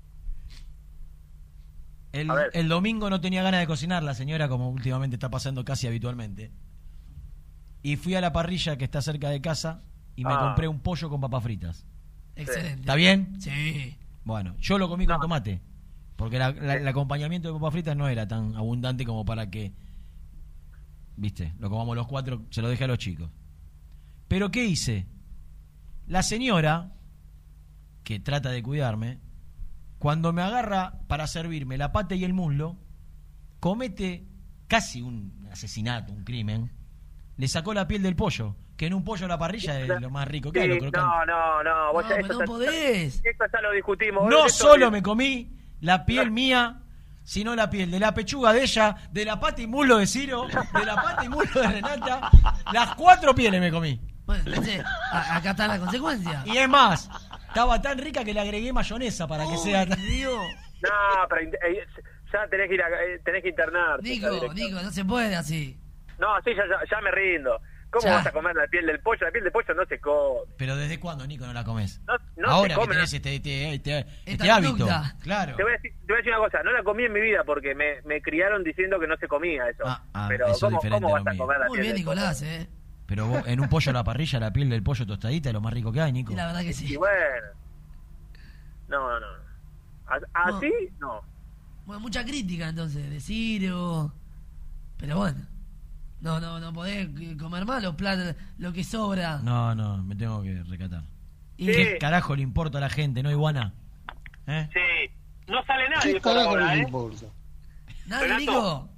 El domingo no tenía ganas de cocinar la señora, como últimamente está pasando casi habitualmente. Y fui a la parrilla que está cerca de casa y me compré un pollo con papas fritas. Excelente. ¿Está bien? Sí. Bueno, yo lo comí con tomate. Porque el acompañamiento de papas fritas no era tan abundante como para que, viste, lo comamos los 4, se lo dejé a los chicos. Pero ¿qué hice? La señora, que trata de cuidarme, cuando me agarra para servirme la pata y el muslo, comete casi un asesinato, un crimen. Le sacó la piel del pollo, que en un pollo a la parrilla es lo más rico que hay, lo crocante. No, vos No, pero no podés. Esto ya lo discutimos. No Esto- solo me comí la piel mía, sino la piel de la pechuga de ella, de la pata y muslo de Ciro, de la pata y muslo de Renata. Las 4 pieles me comí. Bueno, entonces, acá está la consecuencia. Y es más, estaba tan rica que le agregué mayonesa para que sea tan... No, pero ya tenés que internarte. Digo, no se puede así. No, sí, ya me rindo. ¿Cómo Ya. vas a comer la piel del pollo? La piel del pollo no se come. Pero ¿desde cuándo, Nico, no la comes? No Ahora se que come, tenés no. este hábito. conducta. Claro. Te voy a decir una cosa, no la comí en mi vida porque me criaron diciendo que no se comía eso. Pero eso es ¿cómo diferente vas a lo a mío. comer la Muy piel bien, del pollo? Nicolás, Pero vos, en un pollo a la parrilla, la piel del pollo tostadita es lo más rico que hay, Nico. Y la verdad que sí. Y bueno. No. ¿Así? No. Bueno, mucha crítica entonces de Ciro. Pero bueno. No podés comer más los platos, lo que sobra. No, me tengo que recatar. Y- ¿Qué carajo le importa a la gente, no, Iguana? Sí. No sale nadie ¿Qué por carajo ahora, le ¿eh? importa? ¿Nadie, Renato. Nico?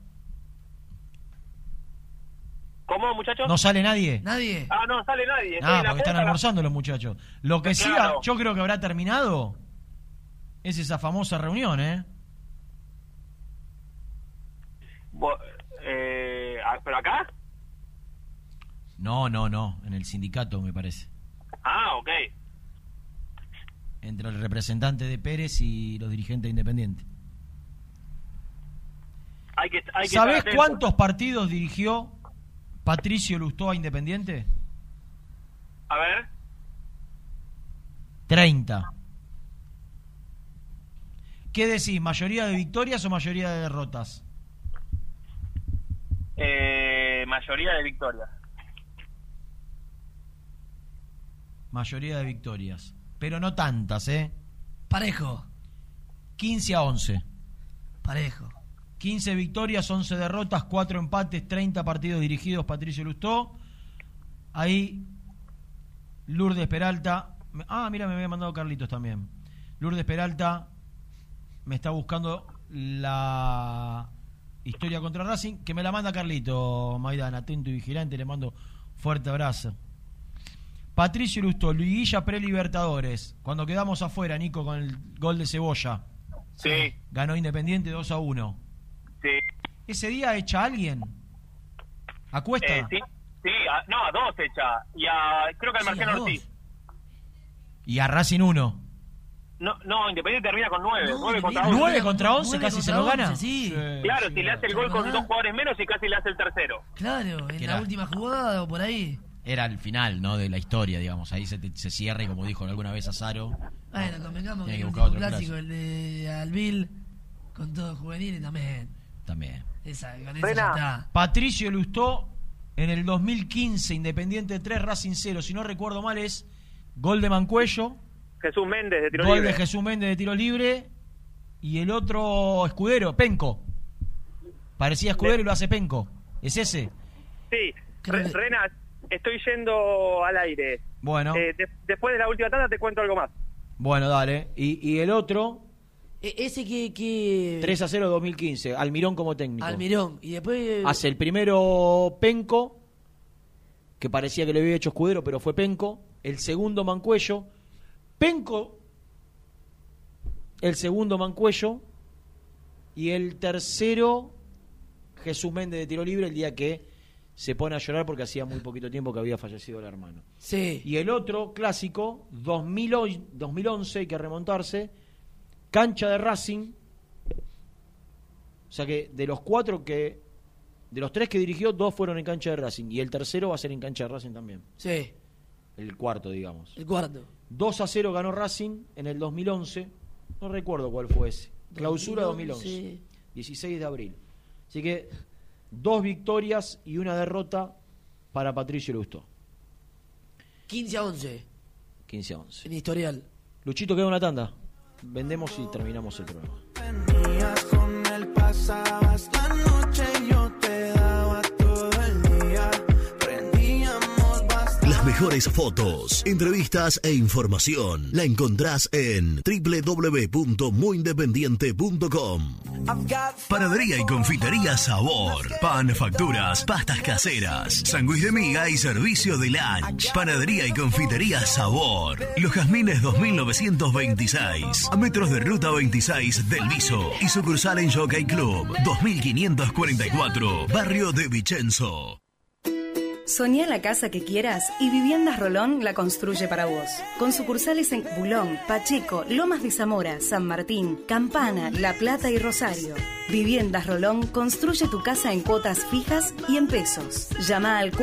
¿Cómo, muchachos? ¿No sale nadie? ¿Nadie? No sale nadie. Estoy Ah, en la porque están puerta. almorzando los muchachos. Lo que sí, Claro. yo creo que habrá terminado es esa famosa reunión, ¿eh? ¿Pero acá? No, en el sindicato, me parece. Ok. Entre el representante de Pérez y los dirigentes independientes. Hay que ¿Sabés estar atento. cuántos partidos dirigió Patricio Lustó a Independiente? A ver. 30. ¿Qué decís? ¿Mayoría de victorias o mayoría de derrotas? Mayoría de victorias. Mayoría de victorias. Pero no tantas, ¿eh? Parejo. 15-11. Parejo. 15 victorias, 11 derrotas, 4 empates, 30 partidos dirigidos Patricio Lustó. Ahí Lourdes Peralta. Mira, me había mandado Carlitos también. Lourdes Peralta me está buscando la historia contra Racing, que me la manda Carlito Maidana, atento y vigilante, le mando fuerte abrazo. Patricio Lustó, liguilla pre-Libertadores, cuando quedamos afuera, Nico, con el gol de Cebolla. Sí. Ganó Independiente 2-1. Sí. ¿Ese día echa a alguien? ¿A Cuesta? Sí, a 2 echa. Y creo que al Marciano Ortiz. Y a Racing 1. No, Independiente termina con 9. 9 contra 11. 9 contra 11, casi se lo gana. Sí. Claro, si le hace el gol con 2 jugadores menos y casi le hace el tercero. Claro, en ¿Qué la era? última jugada o por ahí. Era el final, ¿no? De la historia, digamos. Ahí se cierra y como dijo alguna vez Azaro. Bueno, convengamos que tiene el que último buscar otro clásico, el de Albil, con todos juveniles también. También. Con esa ya está. Patricio Lustó en el 2015, Independiente 3, Racing 0. Si no recuerdo mal, es gol de Mancuello. Jesús Méndez de tiro Gol libre. de Jesús Méndez de tiro libre. Y el otro Escudero, Penco. Parecía Escudero y lo hace Penco. ¿Es ese? Sí. Renat, estoy yendo al aire. Bueno. Después de la última tanda te cuento algo más. Bueno, dale. Y el otro, Ese que 3-0 2015. Almirón como técnico. Almirón. Y después... Hace el primero Penco, que parecía que le había hecho Escudero, pero fue Penco. El segundo Mancuello. Penco, el segundo Mancuello. Y el tercero, Jesús Méndez de tiro libre el día que se pone a llorar porque hacía muy poquito tiempo que había fallecido el hermano. Sí. Y el otro clásico, 2011, hay que remontarse, cancha de Racing. O sea que de los tres que dirigió, 2 fueron en cancha de Racing. Y el tercero va a ser en cancha de Racing también. Sí. El cuarto, digamos. El cuarto. 2-0 ganó Racing en el 2011. No recuerdo cuál fue ese. Clausura 2011. Sí. 16 de abril. Así que 2 victorias y 1 derrota para Patricio Lustó. 15-11. 15-11. En historial. Luchito, queda una tanda. Vendemos y terminamos el programa. Venías con él, pasabas la noche y yo te daba todo el día. Prendíamos bastante. Las mejores fotos, entrevistas e información la encontrás en www.muyindependiente.com. Panadería y confitería Sabor. Pan, facturas, pastas caseras, sándwich de miga y servicio de lunch. Panadería y confitería Sabor. Los Jazmines 2926. A metros de Ruta 26 del Viso. Y sucursal en Jockey Club 2544. Barrio de Vicenzo. Soñá la casa que quieras y Viviendas Rolón la construye para vos. Con sucursales en Bulón, Pacheco, Lomas de Zamora, San Martín, Campana, La Plata y Rosario. Viviendas Rolón construye tu casa en cuotas fijas y en pesos. Llama al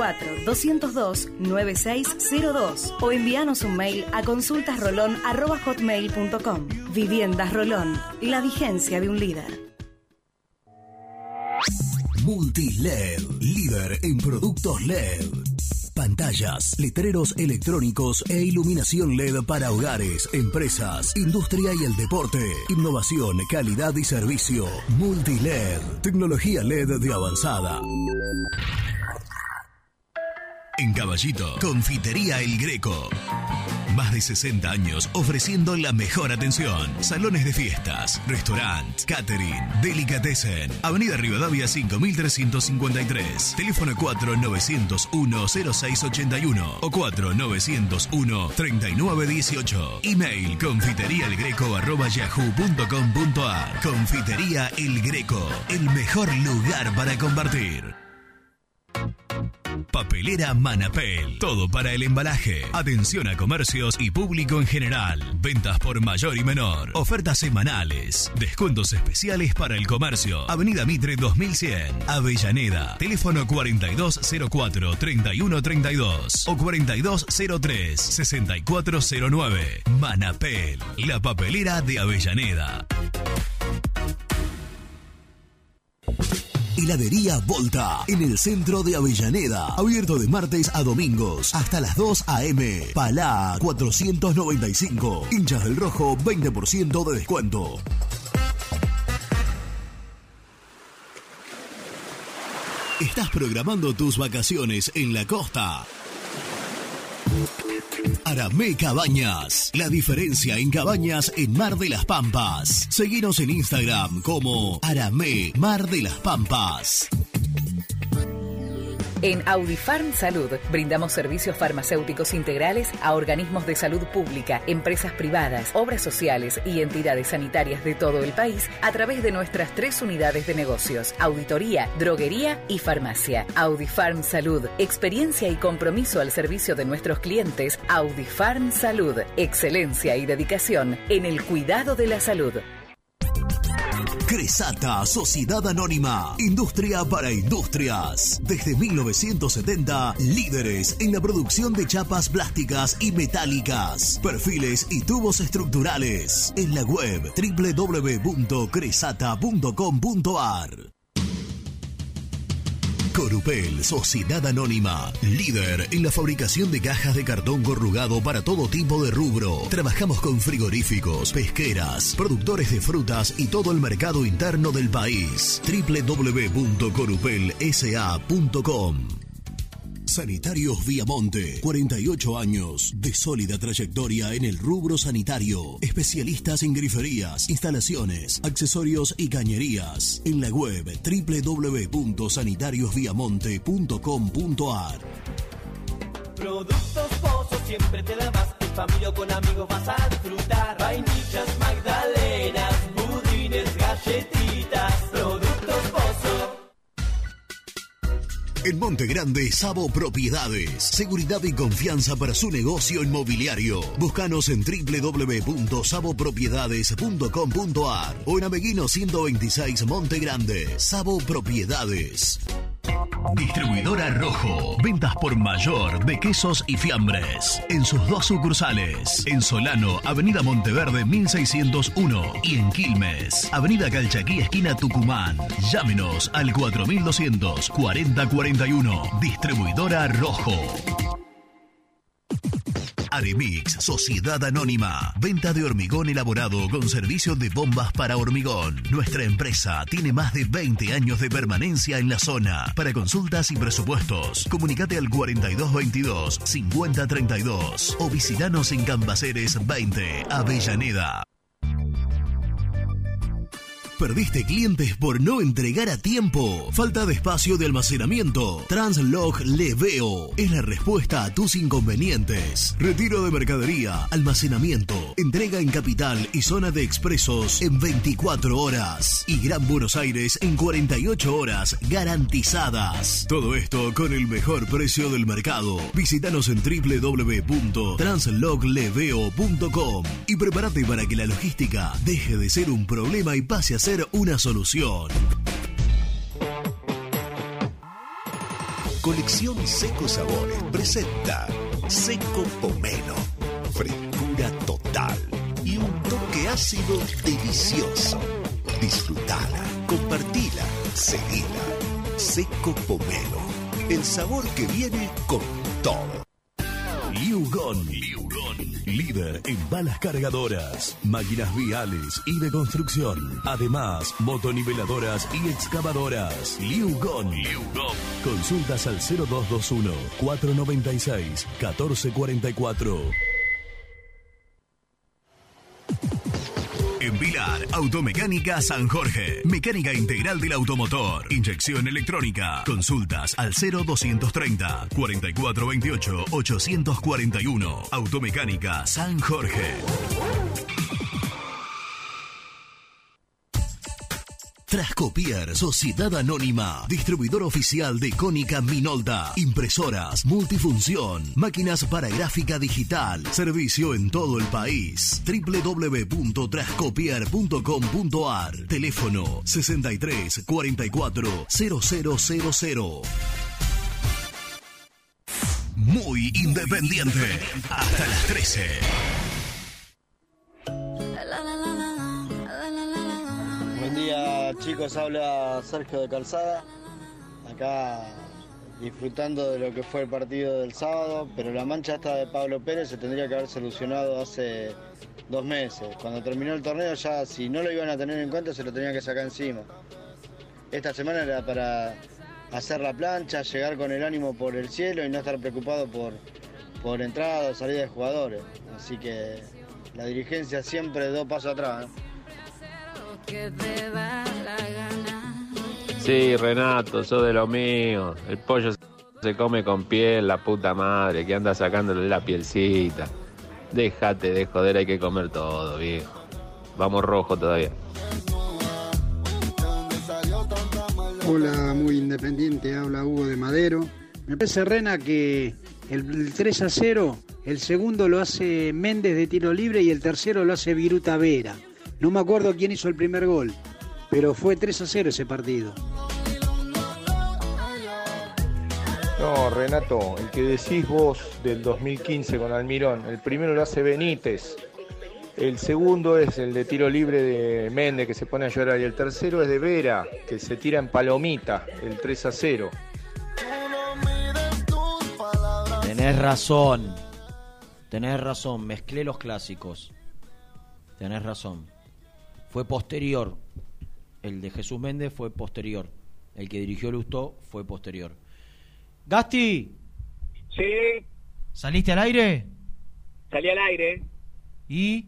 4-202-9602 o envíanos un mail a consultasrolón@hotmail.com. Viviendas Rolón, la vigencia de un líder. Multiled, líder en productos LED. Pantallas, letreros electrónicos e iluminación LED para hogares, empresas, industria y el deporte. Innovación, calidad y servicio. Multiled, tecnología LED de avanzada. En Caballito, Confitería El Greco. Más de 60 años ofreciendo la mejor atención. Salones de fiestas, restaurant, catering, delicatessen. Avenida Rivadavia 5353. Teléfono 4901-0681 o 4901-3918. Email confiteríaelgreco@yahoo.com.ar. Confitería El Greco, el mejor lugar para compartir. Papelera Manapel, todo para el embalaje. Atención a comercios y público en general. Ventas por mayor y menor. Ofertas semanales. Descuentos especiales para el comercio. Avenida Mitre 2100, Avellaneda. Teléfono 4204-3132 o 4203-6409. Manapel, la papelera de Avellaneda. Heladería Volta, en el centro de Avellaneda. Abierto de martes a domingos, hasta las 2 a.m. Palá 495. Hinchas del Rojo, 20% de descuento. ¿Estás programando tus vacaciones en la costa? Aramé Cabañas, la diferencia en cabañas en Mar de las Pampas. Seguinos en Instagram como Aramé Mar de las Pampas. En Audifarm Salud brindamos servicios farmacéuticos integrales a organismos de salud pública, empresas privadas, obras sociales y entidades sanitarias de todo el país a través de nuestras 3 unidades de negocios: auditoría, droguería y farmacia. Audifarm Salud, experiencia y compromiso al servicio de nuestros clientes. Audifarm Salud, excelencia y dedicación en el cuidado de la salud. Cresata, Sociedad Anónima, industria para industrias. Desde 1970, líderes en la producción de chapas plásticas y metálicas, perfiles y tubos estructurales. En la web www.cresata.com.ar. Corupel, Sociedad Anónima, líder en la fabricación de cajas de cartón corrugado para todo tipo de rubro. Trabajamos con frigoríficos, pesqueras, productores de frutas y todo el mercado interno del país. www.corupelsa.com. Sanitarios Viamonte, 48 años de sólida trayectoria en el rubro sanitario. Especialistas en griferías, instalaciones, accesorios y cañerías. En la web www.sanitariosviamonte.com.ar. Productos Pozo, siempre te da más. En familia o con amigos vas a disfrutar. Vainillas, magdalenas, budines, galletitas. Productos Pozo. En Monte Grande, Sabo Propiedades. Seguridad y confianza para su negocio inmobiliario. Búscanos en www.sabopropiedades.com.ar o en Ameguino 126 Monte Grande. Sabo Propiedades. Distribuidora Rojo. Ventas por mayor de quesos y fiambres. En sus 2 sucursales. En Solano, Avenida Monteverde 1601. Y en Quilmes, Avenida Calchaquí, esquina Tucumán. Llámenos al 4200 4041. Distribuidora Rojo. Aremix, Sociedad Anónima. Venta de hormigón elaborado con servicio de bombas para hormigón. Nuestra empresa tiene más de 20 años de permanencia en la zona. Para consultas y presupuestos, comunicate al 4222-5032 o visitanos en Cambaceres 20, Avellaneda. ¿Perdiste clientes por no entregar a tiempo? ¿Falta de espacio de almacenamiento? Translog Leveo es la respuesta a tus inconvenientes. Retiro de mercadería, almacenamiento, entrega en Capital y zona de expresos en 24 horas. Y Gran Buenos Aires en 48 horas garantizadas. Todo esto con el mejor precio del mercado. Visítanos en www.translogleveo.com y prepárate para que la logística deje de ser un problema y pase a ser una solución. Colección Seco Sabores presenta Seco Pomelo. Frescura total y un toque ácido delicioso. Disfrutala, compartila, seguila. Seco Pomelo. El sabor que viene con todo. Liugon. Líder en balas cargadoras, máquinas viales y de construcción. Además, motoniveladoras y excavadoras. Liugon. Consultas al 0221-496-1444. En Pilar, Automecánica San Jorge. Mecánica integral del automotor. Inyección electrónica. Consultas al 0230-4428-841. Automecánica San Jorge. Trascopier, Sociedad Anónima, distribuidor oficial de Cónica Minolta, impresoras, multifunción, máquinas para gráfica digital, servicio en todo el país. www.trascopier.com.ar, teléfono 63 44 0000. Muy independiente, hasta las 13. Buen día, chicos, habla Sergio de Calzada, acá disfrutando de lo que fue el partido del sábado, pero la mancha esta de Pablo Pérez se tendría que haber solucionado hace 2 meses. Cuando terminó el torneo ya, si no lo iban a tener en cuenta, se lo tenían que sacar encima. Esta semana era para hacer la plancha, llegar con el ánimo por el cielo y no estar preocupado por entrada o salida de jugadores. Así que la dirigencia siempre 2 pasos atrás, ¿eh? Sí, Renato, sos de lo mío. El pollo se come con piel, la puta madre, que anda sacándole la pielcita. Déjate de joder, hay que comer todo, viejo. Vamos rojo todavía. Hola, muy independiente, habla Hugo de Madero. Me parece, Rena, que el 3-0, el segundo lo hace Méndez de tiro libre y el tercero lo hace Viruta Vera. No me acuerdo quién hizo el primer gol, pero fue 3-0 ese partido. No, Renato, el que decís vos del 2015 con Almirón, el primero lo hace Benítez, el segundo es el de tiro libre de Méndez que se pone a llorar y el tercero es de Vera, que se tira en palomita, el 3-0. Tenés razón, mezclé los clásicos. Tenés razón. Fue posterior. El de Jesús Méndez fue posterior. El que dirigió Lustó fue posterior. Gasti. Sí. ¿Saliste al aire? Salí al aire. ¿Y?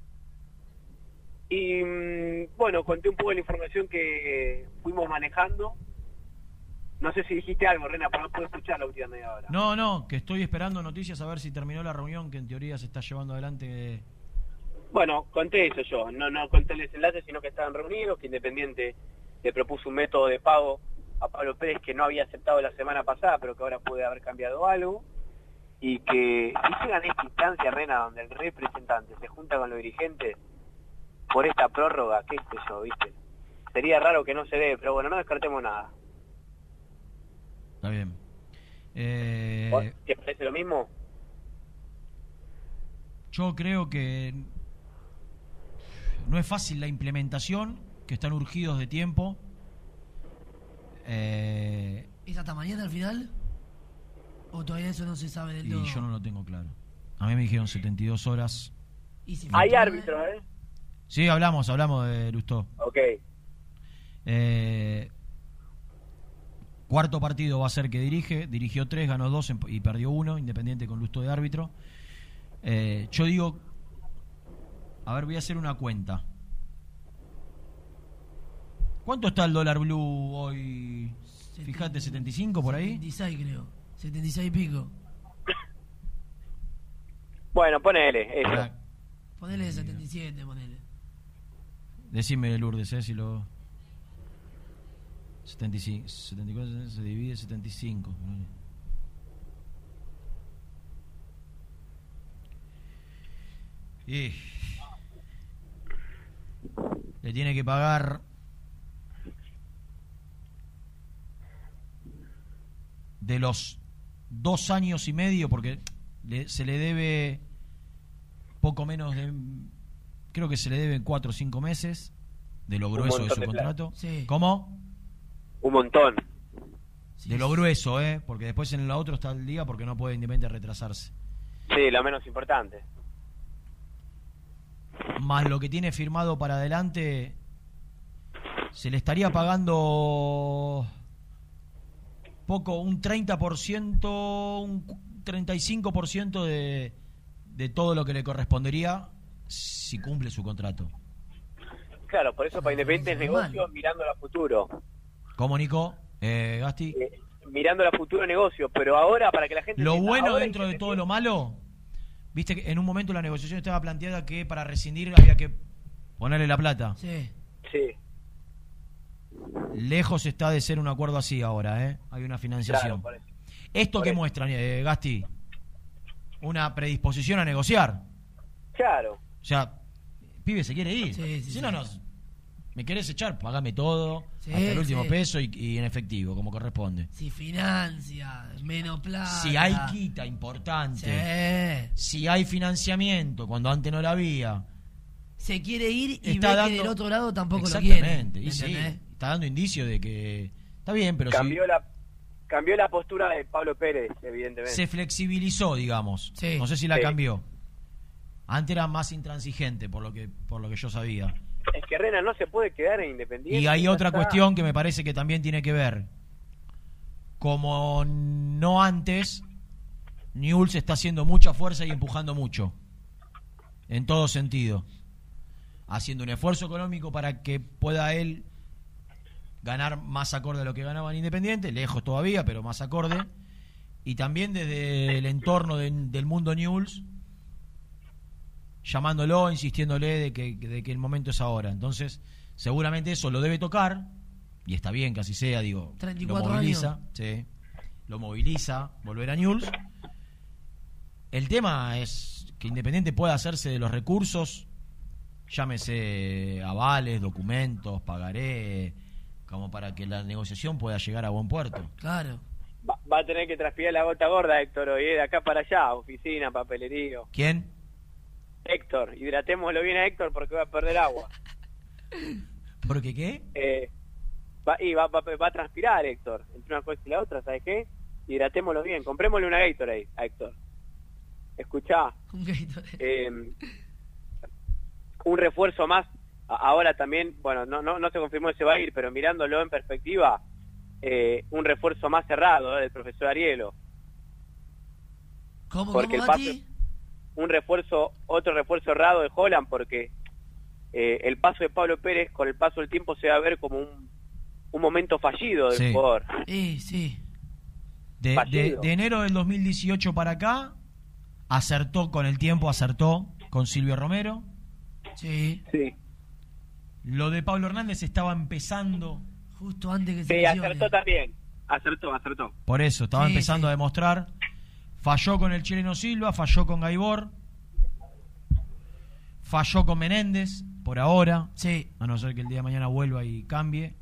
Bueno, conté un poco de la información que fuimos manejando. No sé si dijiste algo, Rena, pero no puedo escuchar la última media hora. No, que estoy esperando noticias a ver si terminó la reunión que en teoría se está llevando adelante. Bueno, conté eso yo, no conté el desenlace, sino que estaban reunidos, que Independiente le propuso un método de pago a Pablo Pérez, que no había aceptado la semana pasada, pero que ahora puede haber cambiado algo, y que llegan a esta instancia, Rena, donde el representante se junta con los dirigentes por esta prórroga, qué sé yo, ¿viste? Sería raro que no se dé, pero bueno, no descartemos nada. Está bien. ¿Te parece lo mismo? Yo creo que no es fácil la implementación, que están urgidos de tiempo. ¿Es hasta mañana al final? ¿O todavía eso no se sabe del todo? Y yo no lo tengo claro. A mí me dijeron 72 horas. ¿Y si hay árbitros, Sí, hablamos de Lustó. Ok. Cuarto partido va a ser que dirigió 3, ganó 2 y perdió 1, Independiente con Lustó de árbitro. Yo digo, a ver, voy a hacer una cuenta. ¿Cuánto está el dólar blue hoy? Fíjate, 75 por ahí. 76 creo, 76 y pico. Bueno, ponele eso. Ponele 77, ponele. Decime, Lourdes, si lo... 75, 74 se divide 75. Y le tiene que pagar de los 2 años y medio, porque se le debe poco menos de, creo que se le deben 4 o 5 meses de lo grueso de su contrato. Sí. ¿Cómo? Un montón. De lo grueso, porque después en la otra está el día porque no puede Independiente retrasarse. Sí, lo menos importante. Más lo que tiene firmado para adelante, se le estaría pagando poco, un 30%, un 35% de todo lo que le correspondería si cumple su contrato. Claro, por eso para Independiente es negocio mirando a futuro. ¿Cómo, Nico? Gasti. Mirando a futuro negocio, pero ahora para que la gente... Lo bueno dentro de todo lo malo, viste que en un momento la negociación estaba planteada que para rescindir había que ponerle la plata. Sí. Sí. Lejos está de ser un acuerdo así ahora, hay una financiación. Claro, ¿Esto qué muestra, Gasti? Una predisposición a negociar. Claro. O sea, pibe se quiere ir. Si no, me querés echar, pagame todo, hasta el último peso y en efectivo, como corresponde. Si financia, menos plata. Si hay quita importante. Si hay financiamiento, cuando antes no la había. Se quiere ir y está ve dando, que del otro lado tampoco lo quiere. Exactamente, y sí, está dando indicio de que está bien, pero cambió la postura de Pablo Pérez, evidentemente. Se flexibilizó, digamos. Sí. No sé si la cambió. Antes era más intransigente, por lo que yo sabía. Es que Rena no se puede quedar en Independiente. Y hay otra cuestión que me parece que también tiene que ver. Como no antes, Newell's está haciendo mucha fuerza y empujando mucho. En todo sentido. Haciendo un esfuerzo económico para que pueda él ganar más acorde a lo que ganaba en Independiente, lejos todavía, pero más acorde. Y también desde el entorno del mundo Newell's, llamándolo, insistiéndole de que el momento es ahora. Entonces, seguramente eso lo debe tocar, y está bien que así sea, digo, 34 lo moviliza, años. Sí, lo moviliza, volver a Newell's. El tema es que Independiente pueda hacerse de los recursos, llámese avales, documentos, pagaré, como para que la negociación pueda llegar a buen puerto. Claro. Va a tener que transpirar la gota gorda, Héctor, hoy de acá para allá, oficina, papelerío. ¿Quién? Héctor, hidratémoslo bien a Héctor porque va a perder agua. ¿Por qué? Va a transpirar, Héctor. Entre una cosa y la otra, ¿sabes qué? Hidratémoslo bien. Comprémosle una Gatorade a Héctor. Escuchá. Un Gatorade. Un refuerzo más. Ahora también, bueno, no se confirmó si se va a ir, pero mirándolo en perspectiva, un refuerzo más cerrado del profesor Arielo. ¿Cómo, Mati? Otro refuerzo errado de Holland, porque el paso de Pablo Pérez con el paso del tiempo se va a ver como un momento fallido del jugador. Sí. De enero del 2018 para acá, acertó con el tiempo, con Silvio Romero. Sí. Lo de Pablo Hernández estaba empezando Justo antes que se Sí, lesione. acertó también. Acertó. Por eso, estaba Sí, empezando sí. a demostrar. Falló con el chileno Silva, falló con Gaibor, falló con Menéndez, por ahora. Sí. A no ser que el día de mañana vuelva y cambie.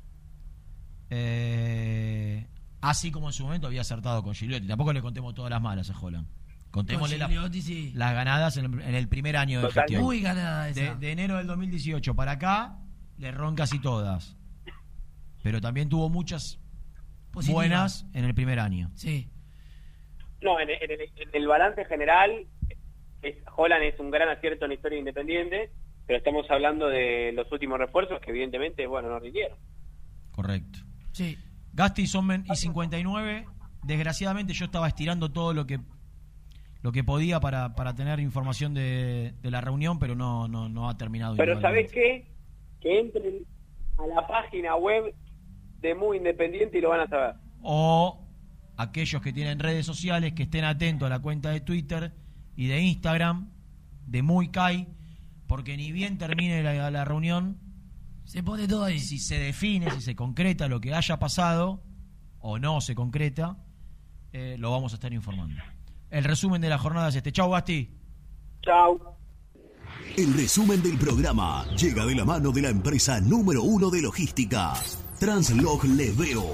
Así como en su momento había acertado con Gigliotti. Tampoco le contemos todas las malas a Holland. Contémosle Con Gigliotti, sí. las ganadas en el primer año de gestión. Muy ganada esa. De enero del 2018 para acá, le erró casi todas. Pero también tuvo muchas Positiva. buenas en el primer año. Sí. No, en el balance general, Holland es un gran acierto en la historia de Independiente, pero estamos hablando de los últimos refuerzos que evidentemente, bueno, no rindieron. Correcto. Sí. Gasti son y 59. Desgraciadamente yo estaba estirando todo lo que podía para tener información de la reunión, pero no ha terminado. Pero igualmente. ¿sabés qué? Que entren a la página web de Muy Independiente y lo van a saber. O aquellos que tienen redes sociales que estén atentos a la cuenta de Twitter y de Instagram de Muy Kai, porque ni bien termine la reunión, se pone todo ahí. Si se define, si se concreta lo que haya pasado o no se concreta, lo vamos a estar informando. El resumen de la jornada es este. Chau, Gasti. Chau. El resumen del programa llega de la mano de la empresa número 1 de logística, Translog Leveo.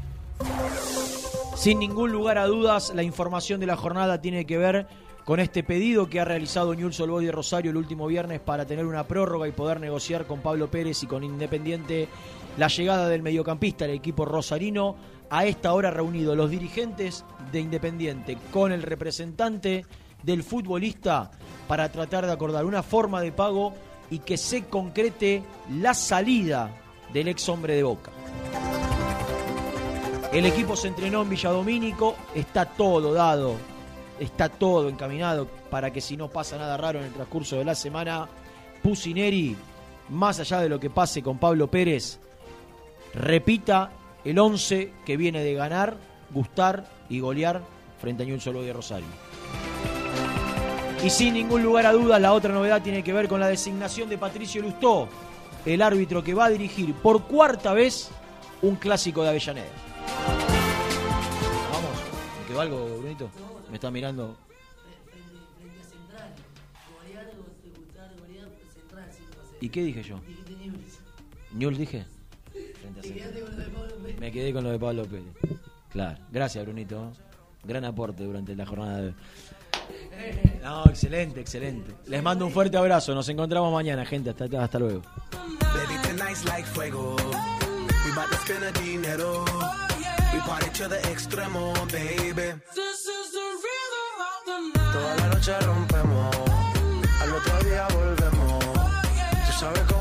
Sin ningún lugar a dudas, la información de la jornada tiene que ver con este pedido que ha realizado Newell's Old Boys de Rosario el último viernes para tener una prórroga y poder negociar con Pablo Pérez y con Independiente la llegada del mediocampista al equipo rosarino. A esta hora reunidos los dirigentes de Independiente con el representante del futbolista para tratar de acordar una forma de pago y que se concrete la salida del ex hombre de Boca. El equipo se entrenó en Villadomínico, está todo dado, está todo encaminado para que si no pasa nada raro en el transcurso de la semana, Pusineri, más allá de lo que pase con Pablo Pérez, repita el 11 que viene de ganar, gustar y golear frente a Newell's Old Boys de Rosario. Y sin ningún lugar a dudas, la otra novedad tiene que ver con la designación de Patricio Lustó, el árbitro que va a dirigir por cuarta vez un clásico de Avellaneda. Vamos, ¿me quedó algo, Brunito? Me está mirando. ¿Y qué dije yo? ¿Newell's dije? Me quedé con lo de Pablo Pérez. Claro, gracias, Brunito. Gran aporte durante la jornada de hoy. No, excelente, excelente. Les mando un fuerte abrazo. Nos encontramos mañana, gente. Hasta luego. Baby, tonight's like fuego. We bout to spend the dinero. We party to the extremo, baby. This is the rhythm of the night. Toda la noche rompemos. Al otro día volvemos. Tú sabes cómo